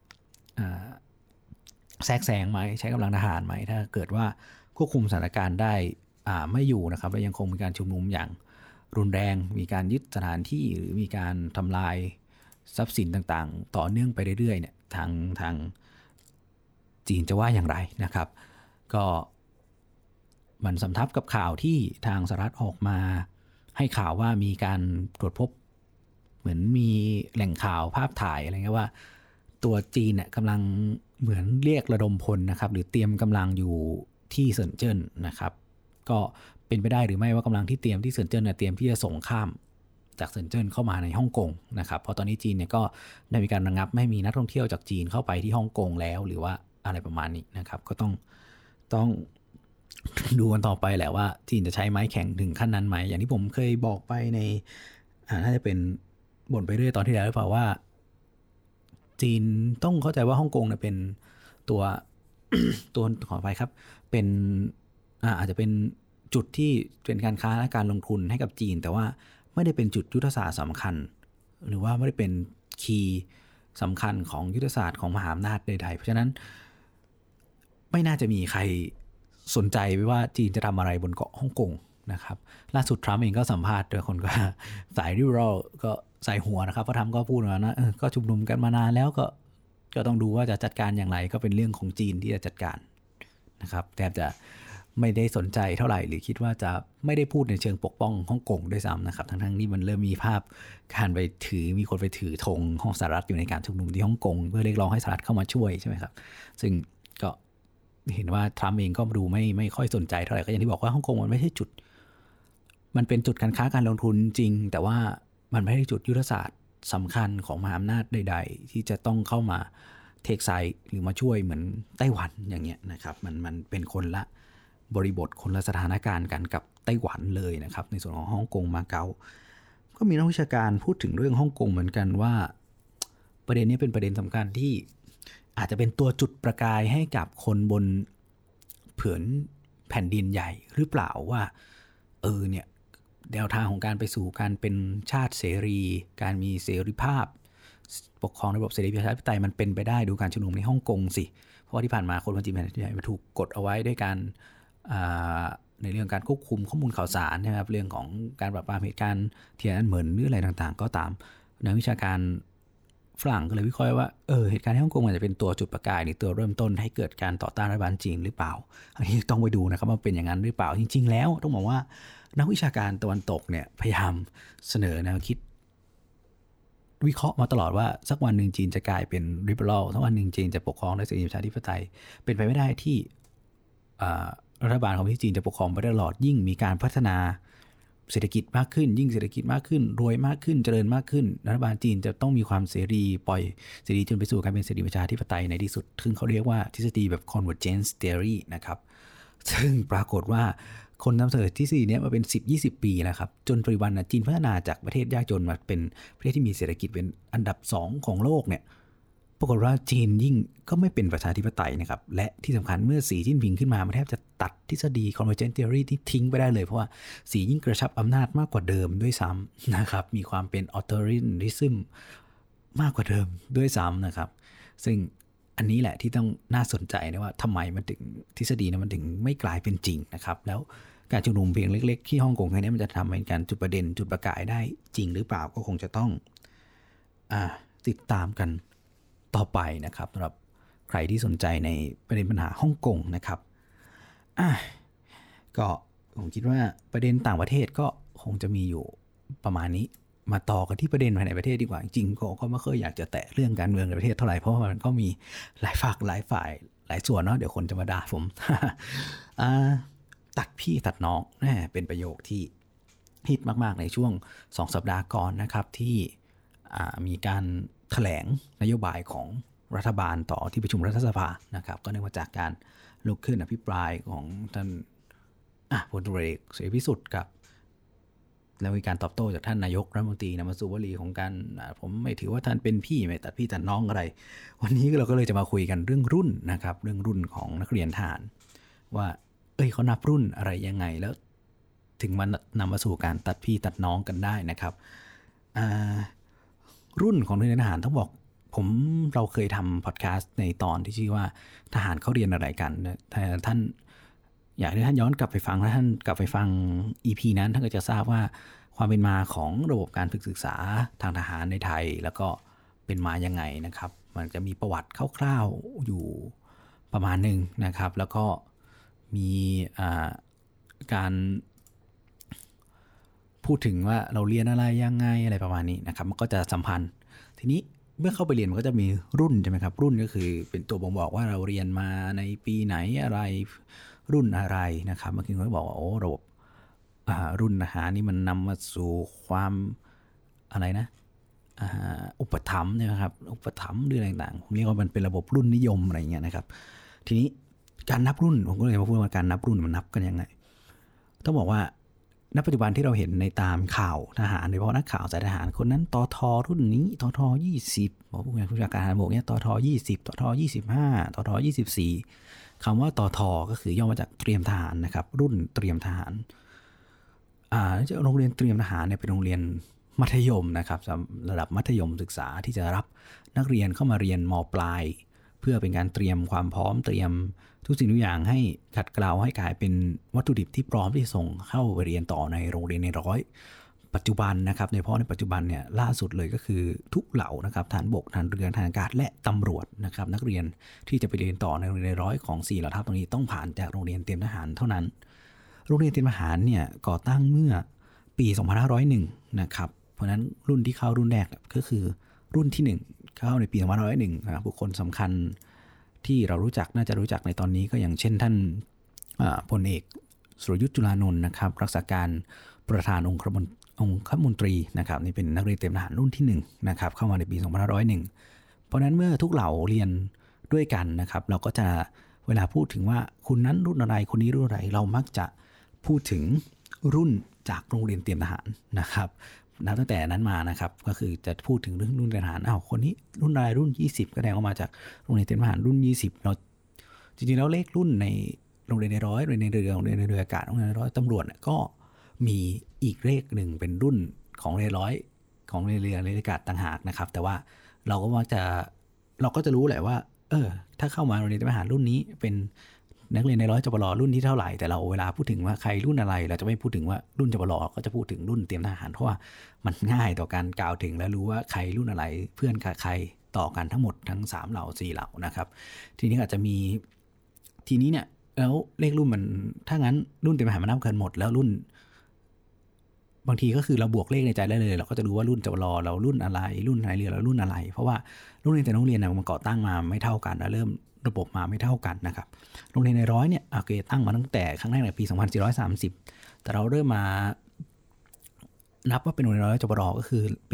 แทรกแซงไหมใช้กำลังทหารไหมถ้าเกิดว่าควบคุมสถานการณ์ได้ไม่อยู่นะครับและยังคงมีการชุมนุมอย่างรุนแรงมีการยึดสถานที่หรือมีการทำลายทรัพย์สินต่างๆต่อเนื่องไปเรื่อยๆเนี่ยทางจีนจะว่าอย่างไรนะครับก็มันสำทับกับข่าวที่ทางสหรัฐออกมาให้ข่าวว่ามีการตรวจพบเหมือนมีแหล่งข่าวภาพถ่ายอะไรเงี้ยว่าตัวจีนเนี่ยกำลังเหมือนเรียกระดมพลนะครับหรือเตรียมกำลังอยู่ที่เซินเจิ้นนะครับก็เป็นไปได้หรือไม่ว่ากำลังที่เตรียมที่เซินเจิ้นเนี่ยเตรียมที่จะส่งข้ามจากเซินเจิ้นเข้ามาในฮ่องกงนะครับเพราะตอนนี้จีนเนี่ยก็ได้มีการระงับไม่ให้มีนักท่องเที่ยวจากจีนเข้าไปที่ฮ่องกงแล้วหรือว่าอะไรประมาณนี้นะครับก็ต้องดูกันต่อไปแหละว่าจีนจะใช้ไม้แข็งถึงขั้นนั้นไหมอย่างที่ผมเคยบอกไปในน่าจะเป็นบ่นไปเรื่อยตอนที่แล้วหรือเปล่าว่าจีนต้องเข้าใจว่าฮ่องกงเนี่ยเป็นตัว ตัวขอไปครับเป็นอาจจะเป็นจุดที่เป็นการค้าและการลงทุนให้กับจีนแต่ว่าไม่ได้เป็นจุดยุทธศาสตร์สำคัญหรือว่าไม่ได้เป็นคีย์สำคัญของยุทธศาสตร์ของมหาอำนาจใดๆเพราะฉะนั้นไม่น่าจะมีใครสนใจว่าจีนจะทำอะไรบนเกาะฮ่องกงนะครับล่าสุดทรัมป์เองก็สัมภาษณ์โดยคนก็สายริเบอรัลก็ใส่หัวนะครับเพราะทรัมป์ก็พูดมานะก็ชุมนุมกันมานานแล้วก็ต้องดูว่าจะจัดการอย่างไรก็เป็นเรื่องของจีนที่จะจัดการนะครับแทบจะไม่ได้สนใจเท่าไหร่หรือคิดว่าจะไม่ได้พูดในเชิงปกป้องฮ่องกงด้วยซ้ำนะครับทั้งนี้มันเริ่มมีภาพการไปมีคนไปถือธงของสหรัฐอยู่ในการชุมนุมที่ฮ่องกงเพื่อเรียกร้องให้สหรัฐเข้ามาช่วยใช่ไหมครับซึ่งก็เห็นว่าทรัมป์เองก็ดูไม่ค่อยสนใจเท่าไหร่ก็อย่างที่บอกว่าฮ่องกงมันไม่ใช่จุดมันเป็นจุดการค้าการลงทุนจริงแต่ว่ามันไม่ใช่จุดยุทธศาสตร์สำคัญของมหาอำนาจใดๆที่จะต้องเข้ามาเทคไซด์หรือมาช่วยเหมือนไต้หวันอย่างเงี้ยนะครับมันเป็นคนละบริบทคนละสถานการณ์กันกับไต้หวันเลยนะครับในส่วนของฮ่องกงมาเก๊าก็มีนักวิชาการพูดถึงเรื่องฮ่องกงเหมือนกันว่าประเด็นนี้เป็นประเด็นสำคัญที่อาจจะเป็นตัวจุดประกายให้กับคนบนผืนแผ่นดินใหญ่หรือเปล่าว่าเนี่ยแนวทางของการไปสู่การเป็นชาติเสรีการมีเสรีภาพปกครองระบบเสรีประชาธิปไตยมันเป็นไปได้ดูการชุมนุมในฮ่องกงสิเพราะว่าที่ผ่านมาคนจีนแผ่นดินใหญ่มาถูกกดเอาไว้ด้วยการในเรื่องการควบคุมข้อมูลข่าวสารนะครับเรื่องของการปราบปรามเหตุการณ์เทียนอันเหมินหรืออะไรต่างๆก็ตามนักวิชาการฝรั่งก็เลยวิเคราะห์ว่าเหตุการณ์ที่ฮ่องกงมันจะเป็นตัวจุดประกายหรือตัวเริ่มต้นให้เกิดการต่อต้านรัฐบาลจีนหรือเปล่าอันนี้ต้องไปดูนะครับว่าเป็นอย่างนั้นหรือเปล่าจริงๆแล้วต้องบอกว่านักวิชาการตะวันตกเนี่ยพยายามเสนอแนวคิดวิเคราะห์มาตลอดว่าสักวันหนึ่งจีนจะกลายเป็นลิเบอรัลสักวันหนึ่งจีนจะปกครองด้วยเสรีประชาธิปไตยเป็นไปไม่ได้ที่รัฐบาลของจีนจะปกครองไปได้ตลอดยิ่งมีการพัฒนาเศรษฐกิจมากขึ้นยิ่งเศรษฐกิจมากขึ้นรวยมากขึ้นเจริญมากขึ้นรัฐบาลจีนจะต้องมีความเสรีปล่อยเสรีจนไปสู่การเป็นเสรีประชาธิปไตยในที่สุดซึ่งเขาเรียกว่าทฤษฎีแบบ convergence theory นะครับซึ่งปรากฏว่าคนนำเสนอทฤษฎีนี้มาเป็น 10-20 ปีแล้วครับจนปัจจุบันจีนพัฒนาจากประเทศยากจนมาเป็นประเทศที่มีเศรษฐกิจเป็นอันดับ2ของโลกเนี่ยปรากฏว่าจีนยิ่งก็ไม่เป็นประชาธิปไตยนะครับและที่สำคัญเมื่อสีจิ้นผิงขึ้นมามันแทบจะตัดทฤษฎี convergence theory ที่ทิ้งไปได้เลยเพราะว่าสียิ่งกระชับอำนาจมากกว่าเดิมด้วยซ้ำนะครับมีความเป็น authoritarianism มากกว่าเดิมด้วยซ้ำนะครับซึ่งอันนี้แหละที่ต้องน่าสนใจนะว่าทำไมมันถึงทฤษฎีนั้นมันถึงไม่กลายเป็นจริงนะครับแล้วการชุมนุมเพียงเล็กๆที่ฮ่องกงแค่นี้มันจะทำให้การจุดประเด็นจุดประกายได้จริงหรือเปล่าก็คงจะต้องติดตามกันต่อไปนะครับสำหรับใครที่สนใจในประเด็นปัญหาฮ่องกงนะครับก็ผมคิดว่าประเด็นต่างประเทศก็คงจะมีอยู่ประมาณนี้มาต่อกันที่ประเด็นภายในประเทศดีกว่าจริงๆก็ไม่เคยอยากจะแตะเรื่องการเมืองในประเทศเท่าไหร่เพราะว่ามันก็มีหลายฝ่ายหลายส่วนเนาะเดี๋ยวคนจะมาด่าผม ตัดพี่ตัดน้องเป็นประโยคที่ฮิตมากๆในช่วง2สัปดาห์ก่อนนะครับที่มีการแถลงนโยบายของรัฐบาลต่อที่ประชุมรัฐสภานะครับก็เนื่องมาจากการลุกขึ้นอภิปรายของท่านพลตำรวจเอกเสรีพิสุทธิ์กับแล้วมีการตอบโต้จากท่านนายกรัฐมนตรีนามสุวลีของการผมไม่ถือว่าท่านเป็นพี่ไม่ตัดพี่ตัดน้องอะไรวันนี้เราก็เลยจะมาคุยกันเรื่องรุ่นนะครับเรื่องรุ่นของนักเรียนทหารว่าเขานับรุ่นอะไรยังไงแล้วถึงมันนำมาสู่การตัดพี่ตัดน้องกันได้นะครับรุ่นของโรงเรียนทหารต้องบอกเราเคยทำพอดแคสต์ในตอนที่ชื่อว่าทหารเขาเรียนอะไรกันถ้าท่านอยากให้ท่านย้อนกลับไปฟังแล้วท่านกลับไปฟัง EP นั้นท่านก็จะทราบว่าความเป็นมาของระบบการฝึกศึกษาทางทหารในไทยแล้วก็เป็นมายังไงนะครับมันจะมีประวัติคร่าวๆอยู่ประมาณหนึ่งนะครับแล้วก็มีการพูดถึงว่าเราเรียนอะไรยังไงอะไรประมาณนี้นะครับมันก็จะสัมพันธ์ทีนี้เมื่อเข้าไปเรียนมันก็จะมีรุ่นใช่ไหมครับรุ่นก็คือเป็นตัวบ่งบอกว่าเราเรียนมาในปีไหนอะไรรุ่นอะไรนะครับเมื่อกี้เขาบอกว่าโอ้ระบบรุ่นทหารนี่มันนำมาสู่ความอะไรนะอุปถัมภ์นะครับอุปถัมภ์หรืออะไรต่างๆผมเรียกว่ามันเป็นระบบรุ่นนิยมอะไรเงี้ยนะครับทีนี้การนับรุ่นผมก็เลยมาพูดว่าการนับรุ่นมันนับกันยังไงต้องบอกว่าณปัจจุบันที่เราเห็นในตามข่าวทหารโดยเฉพาะนักข่าวสายทหารคนนั้นตทรุ่นนี้ตท20ผู้บัญชาการทหารบกเนี่ยตท20ตท25ตท24คำว่าตทก็คือย่อมาจากเตรียมทหารนะครับรุ่นเตรียมทหารโรงเรียนเตรียมทหารเนี่ยเป็นโรงเรียนมัธยมนะครับระดับมัธยมศึกษาที่จะรับนักเรียนเข้ามาเรียนม.ปลายเพื่อเป็นการเตรียมความพร้อมเตรียมทุกสิ่งทุกอย่างให้ขัดเกลาให้กลายเป็นวัตถุดิบที่พร้อมที่จะส่งเข้าไปเรียนต่อในโรงเรียนในร้อยปัจจุบันนะครับในปัจจุบันเนี่ยล่าสุดเลยก็คือทุกเหล่านะครับทหารบกทหารเรือทหารอากาศและตำรวจนะครับนักเรียนที่จะไปเรียนต่อในโรงเรียนในร้อยของ4เหล่าทัพตรงนี้ต้องผ่านจากโรงเรียนเตรียมทหารเท่านั้นโรงเรียนเตรียมทหารเนี่ยก่อตั้งเมื่อปี2501นะครับเพราะนั้นรุ่นที่เข้ารุ่นแรกก็คือรุ่นที่1เข้าในปี2501นะครับบุคคลสำคัญที่เรารู้จักน่าจะรู้จักในตอนนี้ก็อย่างเช่นท่านพลเอกสุรยุทธจุลานนท์นะครับรักษาการประธานองคมนตรีนะครับนี่เป็นนักเรียนเตรียมทหารรุ่นที่1นะครับเข้ามาในปี2501เพราะนั้นเมื่อทุกเหล่าเรียนด้วยกันนะครับเราก็จะเวลาพูดถึงว่าคุณนั้นรุ่นอะไรคนนี้รุ่นอะไรเรามักจะพูดถึงรุ่นจากโรงเรียนเตรียมทหารนะครับนับตั้งแต่นั้นมานะครับก็คือจะพูดถึงเรื่องรุ่นทหารคนนี้รุ่นอะไรรุ่น20ก็แสดงออกมาจากโรงเรียนเตรียมทหารรุ่น20เราจริงๆแล้วเลขรุ่นในโรงเรียนในร้อยโรงเรียนในเรือโรงเรียนในเรืออากาศโรงเรียนในร้อยตำรวจก็มีอีกเลขหนึ่งเป็นรุ่นของเรือร้อยของเรืออากาศต่างหากนะครับแต่ว่าเราก็จะรู้แหละว่าถ้าเข้ามาโรงเรียนเตรียมทหารรุ่นนี้เป็นนักเรียนในร้อยจปรรุ่นที่เท่าไหร่แต่เราเวลาพูดถึงว่าใครรุ่นอะไรเราจะไม่พูดถึงว่ารุ่นจปรก็จะพูดถึงรุ่นเตรียมทหารเพราะว่ามันง่ายต่อการกล่าวถึงและรู้ว่าใครรุ่นอะไรเพื่อนใครต่อกันทั้งหมดทั้ง3เหล่า4เหล่านะครับทีนี้อาจจะมีทีนี้เนี่ยแล้วเลขรุ่นมันถ้างั้นรุ่นเตรียมทหารมันนับกันหมดแล้วรุ่นบางทีก็คือเราบวกเลขในใจได้เลยเราก็จะรู้ว่ารุ่นจปรเรารุ่นอะไรรุ่นนายเรือเรารุ่นอะไรเพราะว่าโรงเรียนแต่โรงเรียนมันก่อตั้งมาไม่เท่ากันและเริ่มระบบมาไม่เท่ากันนะครับโรงเรียนในร้อยเนี่ยโอเคตั้งมาตั้งแต่ครั้งแรกในปี2430แต่เราเริ่มมานับว่าเป็นโรงเรียนร้อยจปรก็คือปี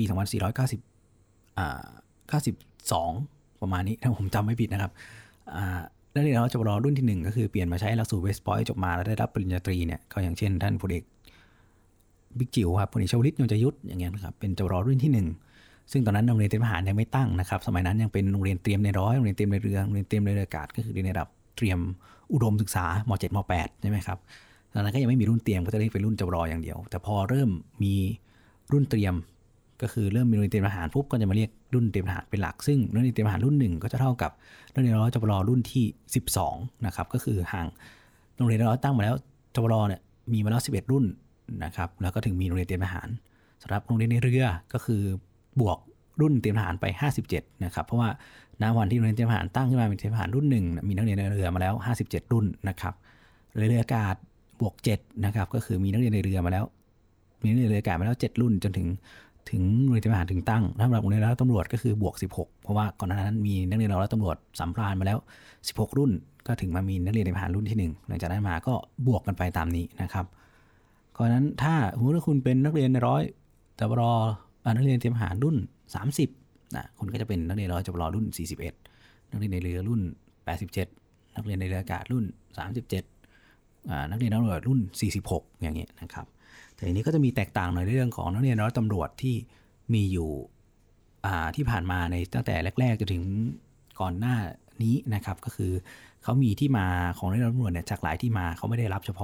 9492ประมาณนี้ถ้าผมจำไม่ผิดนะครับนักเรียนร้อยจปรรุ่นที่1ก็คือเปลี่ยนมาใช้หลักสูตรเวสต์พอยต์จบมาแล้วได้รับปริญญาตรีเนี่ยก็อย่างเช่นท่านพลเอกบิ๊กจิ๋วครับพลเอกชวลิตยงใจยุทธอย่างเงี้ยนะครับเป็นจปรรุ่นที่1ซึ่งตอนนั้นโรงเรียนเตรียมทหารยังไม่ตั้งนะครับสมัยนั้นยังเป็นโรงเรียนเตรียมในร้อยโรงเรียนเตรียมในเรือโรงเรียนเตรียมในเรืออากาศก็คือเรียนในระดับเตรียมอุดมศึกษาม.7 ม.8 ใช่ไหมครับตอนนั้นก็ยังไม่มีรุ่นเตรียมก็จะเรียกเป็นรุ่นจปรอย่างเดียวแต่พอเริ่มมีรุ่นเตรียมก็คือเริ่มมีโรงเรียนเตรียมทหารปุ๊บก็จะมาเรียกรุ่นเตรียมทหารเป็นหลักซึ่งโรงเรียนเตรียมทหารรุ่น1ก็จะเท่ากับโรงเรียนร้อยจปรรุ่นที่12นะครับก็คือห่างโรงเรียนร้อยตั้งมาแล้วจปรเนี่ยมีมาแล้ว11รุ่นนะครับแล้วก็ถึงมีโรงเรียนเตรียมทหารสำหรับโรงเรียนในเรือก็คือบวกรุ่นเตรียมทหารไป57นะครับเพราะว่าณวันที่โรงเรียนเตรียมทหารตั้งขึ้นมาเป็นเตรียมทหารรุ่น1มีนักเรียนในเรือมาแล้ว57รุ่นนะครับเรืออากาศบวก7นะครับก็คือมีนักเรียนในเรือมาแล้วมีนักเรียนในเรืออากาศมาแล้ว7รุ่นจนถึงโรงเรียนเตรียมทหารถึงตั้งสำหรับโรงเรียนแล้วตำรวจก็คือบวก16เพราะว่าก่อนหน้านั้นมีนักเรียนแล้วตำรวจสัมพรานมาแล้ว16รุ่นก็ถึงมามีนักเรียนในทหารรุ่นที่1หลังจากนั้นมาก็บวกกันไปตามนี้นะครับเพราะฉะนั้นถ้าคุณเป็นนักเรียนในร้อยจปรนักเรียนเตรียมทหารรุ่น30นะคุณก็จะเป็นนักเรียนร้อยจปรรุ่น41นักเรียนในเรือรุ่น87นักเรียนในเรืออากาศรุ่น37นักเรียนตำรวจรุ่น46อย่างเงี้ยนะครับแต่ทีนี้ก็จะมีแตกต่างในเรื่องของนักเรียนร้อยตำรวจที่มีอยู่ที่ผ่านมาในตั้งแต่แรกๆจนถึงก่อนหน้านี้นะครับก็คือเขามีที่มาของนักเรียนตำรวจเนี่ยจากหลายที่มาเขาไม่ได้รับเฉพาะ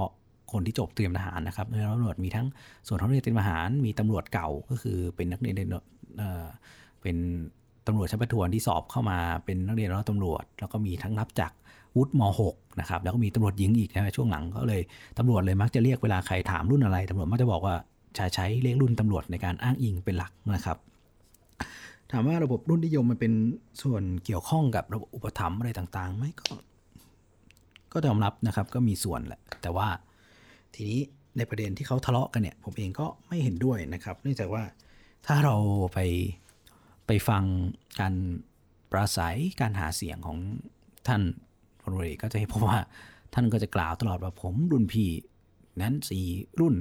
คนที่จบเตรียมทหารนะครับในตำรวจมีทั้งส่วนของนักเรียนเตรียมทหารมีตำรวจเก่าก็คือเป็นนักเรียนเป็นตำรวจชั้นประทวนที่สอบเข้ามาเป็นนักเรียนร้อยตำรวจแล้วก็มีทั้งรับจากวุฒิม.6 นะครับแล้วก็มีตำรวจหญิงอีกนะช่วงหลังก็เลยตำรวจเลยมักจะเรียกเวลาใครถามรุ่นอะไรตำรวจมักจะบอกว่าใช้เลขรุ่นตำรวจในการอ้างอิงเป็นหลักนะครับถามว่าระบบรุ่นนิยมมันเป็นส่วนเกี่ยวข้องกับระบบอุปถัมภ์อะไรต่างๆไหมก็ยอมรับนะครับก็มีส่วนแหละแต่ว่าทีนี้ในประเด็นที่เขาทะเลาะกันเนี่ยผมเองก็ไม่เห็นด้วยนะครับเนื่องจากว่าถ้าเราไปฟังการปราศัยการหาเสียงของท่านพลเอกก็จะเห็นเพราะว่าท่านก็จะกล่าวตลอดว่าผมรุ่นพี่นั้น4รุ่น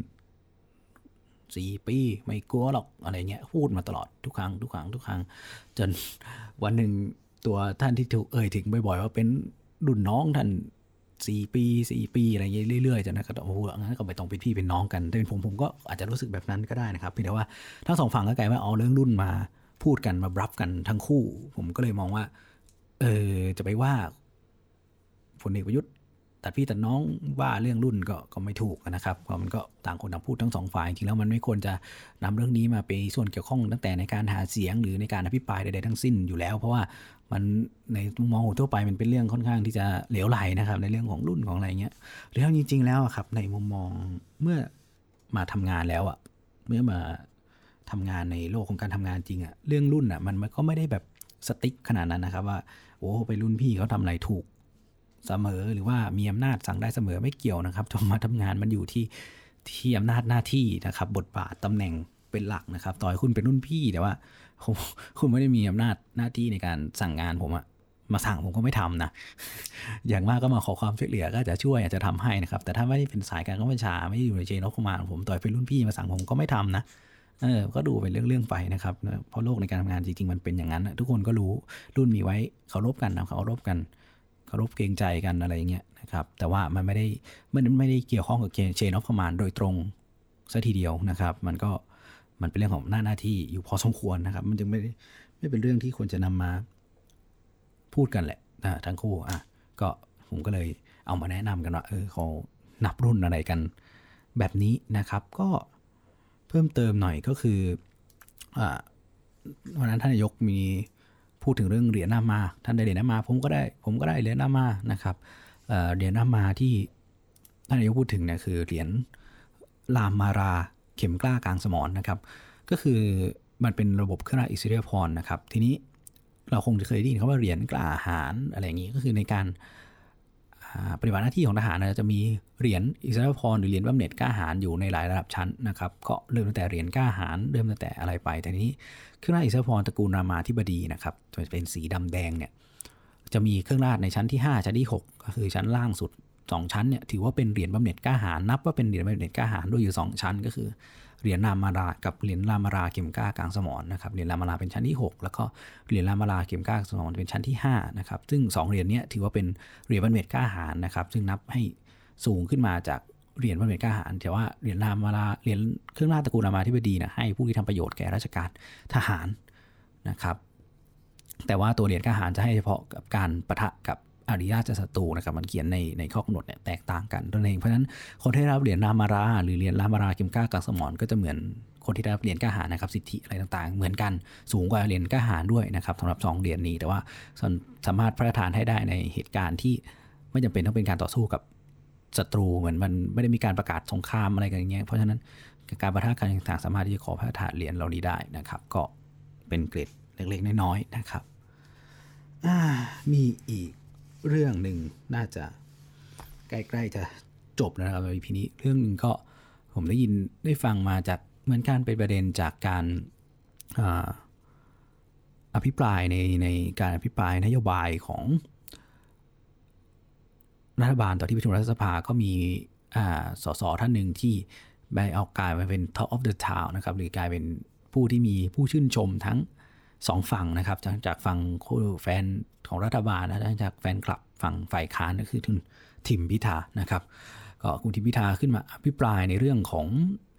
4ปีไม่กลัวหรอกอะไรเงี้ยพูดมาตลอดทุกครั้งจนวันหนึ่งตัวท่านที่ถูกเอ่ยถึงบ่อยๆว่าเป็นรุ่นน้องท่าน4ปีอะไรเงี้ยเรื่อยๆจนนั้นก็โอ้โหงั้นก็ไม่ต้องเป็นพี่เป็นน้องกันแต่เป็นผมก็อาจจะรู้สึกแบบนั้นก็ได้นะครับเพียงแต่ว่าทั้งสองฝั่งก็กลายว่าเอาเรื่องรุ่นมาพูดกันมาบลัฟกันทั้งคู่ผมก็เลยมองว่าจะไปว่าพลเอกประยุทธ์ตัดพี่ตัดน้องว่าเรื่องรุ่นก็ไม่ถูกนะครับเพราะมันก็ต่างคนต่างพูดทั้งสองฝ่ายจริงแล้วมันไม่ควรจะนำเรื่องนี้มาเป็นส่วนเกี่ยวข้องตั้งแต่ในการหาเสียงหรือในการอภิปรายใดๆทั้งสิ้นอยู่แล้วเพราะว่ามันในมุมมองทั่วไปมันเป็นเรื่องค่อนข้างที่จะเหลวไหลนะครับในเรื่องของรุ่นของอะไรเงี้ยหรือจริงๆแล้วครับในมุมมองเมื่อมาทำงานแล้วเมื่อมาทำงานในโลกของการทำงานจริงเรื่องรุ่นมันก็ไม่ได้แบบสติ๊กขนาดนั้นนะครับว่าโอ้ไปรุ่นพี่เขาทำอะไรถูกเสมอหรือว่ามีอำนาจสั่งได้เสมอไม่เกี่ยวนะครับจนมาทำงานมันอยู่ที่อำนาจหน้าที่นะครับบทบาทตำแหน่งเป็นหลักนะครับต่อให้คุณเป็นรุ่นพี่แต่ว่าคุณไม่ได้มีอำนาจหน้าที่ในการสั่งงานผมมาสั่งผมก็ไม่ทำนะ อย่างมากก็มาขอความช่วยเหลือก็จะช่วยอาจจะทำให้นะครับแต่ถ้าไม่ได้เป็นสายการบัญชาไม่ได้อยู่ในเชนof commandผมต่อให้เป็นรุ่นพี่มาสั่งผมก็ไม่ทำนะก็ดูเป็นเรื่องไปนะครับเพราะโลกในการทำงานจริงๆมันเป็นอย่างนั้นทุกคนก็รู้รุ่นมีไว้เคารพกันนะเคารพเกรงใจกันอะไรอย่างเงี้ยนะครับแต่ว่ามันไม่ได้เกี่ยวข้องกับเชนof commandโดยตรงซะทีเดียวนะครับมันเป็นเรื่องของหน้าที่อยู่พอสมควรนะครับมันจึงไม่เป็นเรื่องที่ควรจะนำมาพูดกันแหละทั้งคู่ก็ผมก็เลยเอามาแนะนำกันว่าเขานับรุ่นอะไรกันแบบนี้นะครับก็เพิ่มเติมหน่อยก็คือวันนั้นท่านนายกมีพูดถึงเรื่องเหรียญนามาท่านได้เหรียญนามาผมก็ได้เหรียญนามานะครับเหรียญนามาที่ท่านนายกพูดถึงเนี่ยคือเหรียญรามมาราเข็มกล้ากลางสมรนะครับก็คือมันเป็นระบบเครื่องราชอิสริยาภรณ์นะครับทีนี้เราคงจะเคยได้ยินคำว่าเหรียญกล้าหาญอะไรอย่างนี้ก็คือในการปฏิบัติหน้าที่ของทหารจะมีเหรียญอิสริยาภรณ์หรือเหรียญบำเหน็จกล้าหาญอยู่ในหลายระดับชั้นนะครับก็เริ่มตั้งแต่เหรียญกล้าหาญเริ่มตั้งแต่อะไรไปแต่นี้เครื่องราชอิสริยาภรณ์ตระกูลรามาธิบดีนะครับจะเป็นสีดำแดงเนี่ยจะมีเครื่องราชในชั้นที่5ชั้นที่6ก็คือชั้นล่างสุด2ชั้นเนี่ยถือว่าเป็นเหรียญบำเหน็จกล้าหาญนับว่าเป็นเหรียญบำเหน็จกล้าหาญด้วยอยู่2ชั้นก็คือเหรียญรามารากับเหรียญรามาราเข็มกล้ากลางสมรนะครับเหรียญรามาราเป็นชั้นที่6แล้วก็เหรียญรามาราเข็มกล้ากลางสมรเป็นชั้นที่5นะครับซึ่ง2เหรียญนี้ถือว่าเป็นเหรียญบำเหน็จกล้าหาญนะครับซึ่งนับให้สูงขึ้นมาจากเหรียญบำเหน็จกล้าหาญแต่ว่าเหรียญรามาราเหรียญเครื่องราชตระกูลรามาธิบดีนะให้ผู้ที่ทำประโยชน์แก่ราชการทหารนะครับแต่ว่าตัวเหรียญกล้าหาญจะให้เฉพาะกับการปะทะกับอริยราชศัตรูนะครับมันเขียนในข้อกำหนดเนี่ยแตกต่างกันนั่นเองเพราะฉะนั้นคนที่ได้รับเหรียญรามาราหรือเหรียญรามาราเข็มกล้ากลางสมรก็จะเหมือนคนที่ได้รับเหรียญกล้าหาญนะครับสิทธิอะไรต่างๆเหมือนกันสูงกว่าเหรียญกล้าหาญด้วยนะครับสำหรับ2เหรียญนี้แต่ว่าสามารถพระราชทานให้ได้ในเหตุการณ์ที่ไม่จำเป็นต้องเป็นการต่อสู้กับศัตรูเหมือนมันไม่ได้มีการประกาศสงครามอะไรกันอย่างเงี้ยเพราะฉะนั้นการปะทะกันต่างๆสามารถที่จะขอพระราชทานเหรียญเหล่านี้ได้นะครับก็เป็นเกรดเล็กๆน้อยๆนะครับมีอีกเรื่องหนึ่งน่าจะใกล้ๆจะจบนะครับใน EP นี้เรื่องนึงก็ผมได้ฟังมาจากเหมือนกันเป็นประเด็นจากการอภิปรายในการอภิปรายนโยบายของรัฐบาลต่อที่ประชุมรัฐสภาก็มีสสท่านหนึ่งที่ได้เอากลายมาเป็น Talk of the Town นะครับหรือกลายเป็นผู้ที่มีผู้ชื่นชมทั้ง2ฝั่งนะครับจากฝั่งแฟนของรัฐบาลและจากแฟนคลับฝั่งฝ่ายค้านก็คือคุณทิมพิธานะครับก็คุณทิมพิธาขึ้นมาอภิปรายในเรื่องของ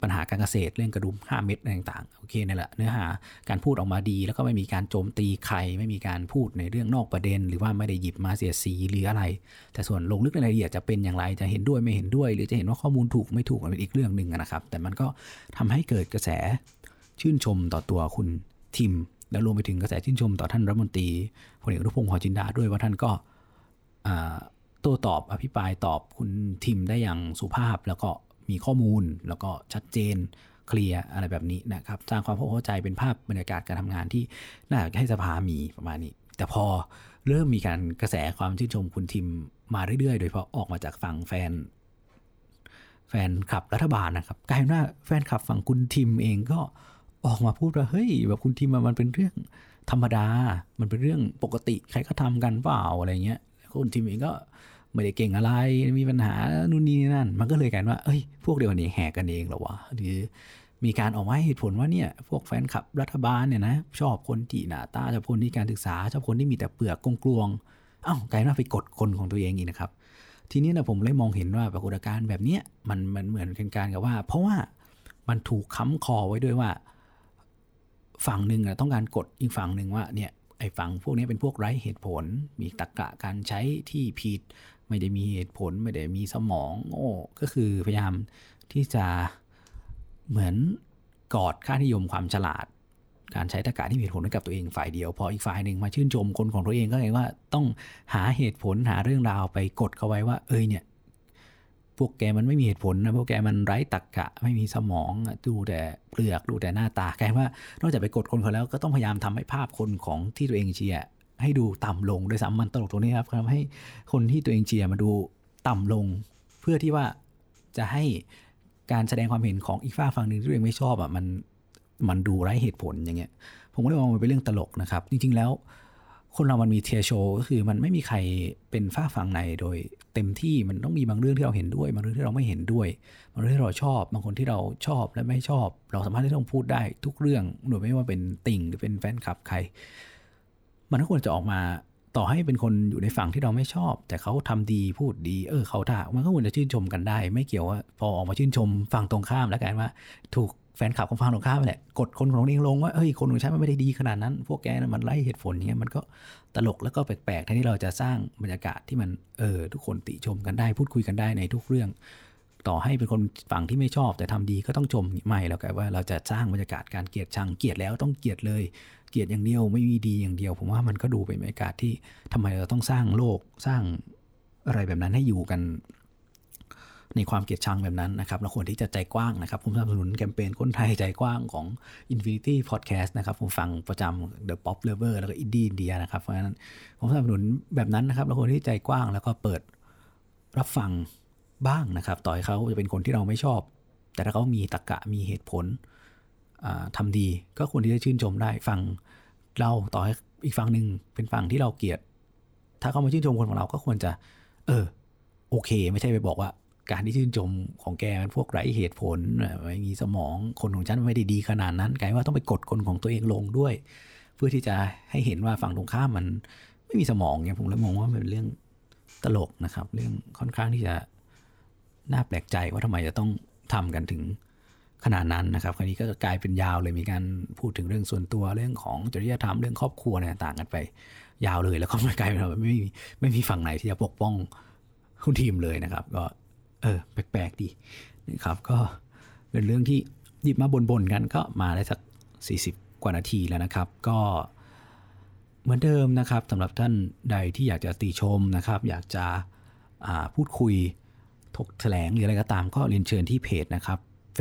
ปัญหาการเกษตรเรื่องกระดุม5เม็ดอะไรต่างๆโอเคนี่แหละเนื้อหาการพูดออกมาดีแล้วก็ไม่มีการโจมตีใครไม่มีการพูดในเรื่องนอกประเด็นหรือว่าไม่ได้หยิบมาเสียดสีหรืออะไรแต่ส่วนลงลึกในรายละเอียดจะเป็นอย่างไรจะเห็นด้วยไม่เห็นด้วยหรือจะเห็นว่าข้อมูลถูกไม่ถูกมันเป็นอีกเรื่องนึงนะครับแต่มันก็ทำให้เกิดกระแสชื่นชมต่อตัวคุณทิมแล้วรวมไปถึงกระแสชื่นชมต่อท่านรัฐมนตรีพลเอกอนุพงษ์ เผ่าจินดาด้วยว่าท่านก็โต้ตอบอภิปรายตอบคุณทิมได้อย่างสุภาพแล้วก็มีข้อมูลแล้วก็ชัดเจนเคลียร์อะไรแบบนี้นะครับสร้างความเข้าใจเป็นภาพบรรยากาศการทำงานที่น่าให้สภามีประมาณนี้แต่พอเริ่มมีการกระแสความชื่นชมคุณทิมมาเรื่อยๆโดยเฉพาะออกมาจากฝั่งแฟนคลับรัฐบาลนะครับกลายเป็นว่าแฟนคลับฝั่งคุณทิมเองก็ออกมาพูดว่าเฮ้ยแบบคุณทิมมันเป็นเรื่องธรรมดามันเป็นเรื่องปกติใครก็ทำกันเปล่าอะไรเงี้ยคุณทิมเองก็ไม่ได้เก่งอะไรมีปัญหานู่นนี่นั่นมันก็เลยกลายว่าเอ้ยพวกเดียวกันเองแหกกันเองเหรอวะหรือมีการออกมาให้เหตุผลว่าเนี่ยพวกแฟนคลับรัฐบาลเนี่ยนะชอบคนที่หน้าตาชอบคนที่การศึกษาชอบคนที่มีแต่เปลือกกลวงๆกลายว่าไปกดคนของตัวเองอีกนะครับทีนี้นะผมเลยมองเห็นว่าปรากฏการณ์แบบเนี้ยมันเหมือนกันการกับว่าเพราะว่ามันถูกค้ำคอไว้ด้วยว่าฝั่งหนึ่งต้องการกดอีกฝั่งหนึ่งว่าเนี่ยไอ้ฝั่งพวกนี้เป็นพวกไร้เหตุผลมีตรรกะการใช้ที่ผิดไม่ได้มีเหตุผลไม่ได้มีสมองก็คือพยายามที่จะเหมือนกอดค่านิยมความฉลาดการใช้ตรรกะที่มีเหตุผลให้กับตัวเองฝ่ายเดียวพออีกฝ่ายหนึ่งมาชื่นชมคนของตัวเองก็เลยว่าต้องหาเหตุผลหาเรื่องราวไปกดเขาไว้ว่าเนี่ยพวกแกมันไม่มีเหตุผลนะพวกแกมันไร้ตรรกะไม่มีสมองดูแต่เปลือกดูแต่หน้าตากลายว่านอกจากไปกดคนเขาแล้วก็ต้องพยายามทำให้ภาพคนของที่ตัวเองเชียร์ให้ดูต่ำลงโดยซ้ำมันตลกตรงนี้ครับทำให้คนที่ตัวเองเชียร์มาดูต่ำลงเพื่อที่ว่าจะให้การแสดงความเห็นของอีกฝั่งหนึ่งที่ตัวเองไม่ชอบมันดูไร้เหตุผลอย่างเงี้ยผมก็เลยมองมันเป็นเรื่องตลกนะครับจริงๆแล้วคนเรามันมีเทียร์โชว์ก็คือมันไม่มีใครเป็นฝั่งไหนโดยเต็มที่มันต้องมีบางเรื่องที่เราเห็นด้วยบางเรื่องที่เราไม่เห็นด้วยบางเรื่องที่เราชอบบางคนที่เราชอบและไม่ชอบเราสามารถที่ต้องพูดได้ทุกเรื่องโดยไม่ว่าเป็นติ่งหรือเป็นแฟนคลับใครมันก็ควรจะออกมาต่อให้เป็นคนอยู่ในฝั่งที่เราไม่ชอบแต่เขาทำดีพูดดีเขาท่ามันก็ควรจะชื่นชมกันได้ไม่เกี่ยวว่าพอออกมาชื่นชมฝั่งตรงข้ามแล้วกันว่าถูกแฟนคลับของฝั่งตรงข้ามแหละกดคนของตัวเองลงว่าคนของฉันมันไม่ได้ดีขนาดนั้นพวกแกมันไร้เหตุผลอย่างเงี้ยมันก็ตลกแล้วก็แปลกๆที่เราจะสร้างบรรยากาศที่มันทุกคนติชมกันได้พูดคุยกันได้ในทุกเรื่องต่อให้เป็นคนฝั่งที่ไม่ชอบแต่ทำดีก็ต้องชมไม่แล้วกันว่าเราจะสร้างบรรยากาศการเกลียดชังเกลียดแล้วต้องเกลียดเลยเกลียดอย่างเดียวไม่มีดีอย่างเดียวผมว่ามันก็ดูเป็นบรรยากาศที่ทำไมเราต้องสร้างโลกสร้างอะไรแบบนั้นให้อยู่กันในความเกลียดชังแบบนั้นนะครับเราควรที่จะใจกว้างนะครับผมสนับสนุนแคมเปญคนไทยใจกว้างของ Infinity Podcast นะครับผมฟังประจำ The Pop Lover แล้วก็ Indie India นะครับเพราะฉะนั้นผมสนับสนุนแบบนั้นนะครับเราควรที่ใจกว้างแล้วก็เปิดรับฟังบ้างนะครับต่อให้เขาจะเป็นคนที่เราไม่ชอบแต่ถ้าเขามีตรรกะมีเหตุผลทำดีก็ควรที่จะชื่นชมได้ฟังเราต่อให้อีกฝั่งหนึ่งเป็นฝั่งที่เราเกลียดถ้าเขามาชื่นชมคนของเราก็ควรจะโอเคไม่ใช่ไปบอกว่าการที่ชื่นชมของแกเป็นพวกไร้เหตุผลไม่มีสมองคนของฉันไม่ได้ดีขนาดนั้นกลายว่าต้องไปกดคนของตัวเองลงด้วยเพื่อที่จะให้เห็นว่าฝั่งตรงข้ามมันไม่มีสมองเนี่ยผมเลยมองว่าเป็นเรื่องตลกนะครับเรื่องค่อนข้างที่จะน่าแปลกใจว่าทำไมจะต้องทำกันถึงขนาดนั้นนะครับคราวนี้ก็กลายเป็นยาวเลยมีการพูดถึงเรื่องส่วนตัวเรื่องของจริยธรรมเรื่องครอบครัวต่างกันไปยาวเลยแล้วก็กลายเป็นว่าไม่มีฝั่งไหนที่จะปกป้องคุณทีมเลยนะครับก็แปลกๆดีนะครับก็เป็นเรื่องที่หยิบมาบ่นๆกันก็มาได้สัก40กว่านาทีแล้วนะครับก็เหมือนเดิมนะครับสำหรับท่านใดที่อยากจะติชมนะครับอยากจะพูดคุยถกแถลงหรืออะไรก็ตามก็เรียนเชิญที่เพจนะครับ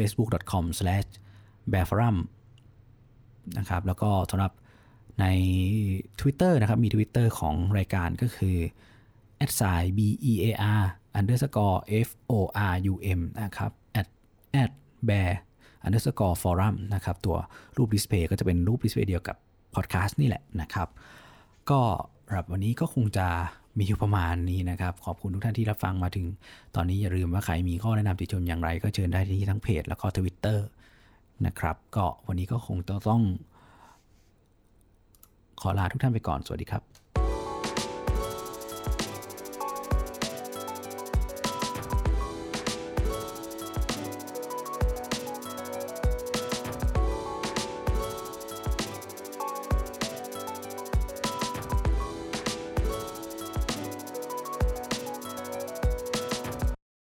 facebook.com/bearforum นะครับแล้วก็สำหรับใน Twitter นะครับมี Twitter ของรายการก็คือ @bear_forum นะครับ @bear_forum นะครับตัวรูปดิสเพย์ก็จะเป็นรูปดิสเพย์เดียวกับพอดแคสต์นี่แหละนะครับก็สำหรับวันนี้ก็คงจะมีอยู่ประมาณนี้นะครับขอบคุณทุกท่านที่รับฟังมาถึงตอนนี้อย่าลืมว่าใครมีข้อแนะนำติชมอย่างไรก็เชิญได้ที่ทั้งเพจแล้วก็ Twitter นะครับก็วันนี้ก็คงต้องขอลาทุกท่านไปก่อนสวัสดีครับ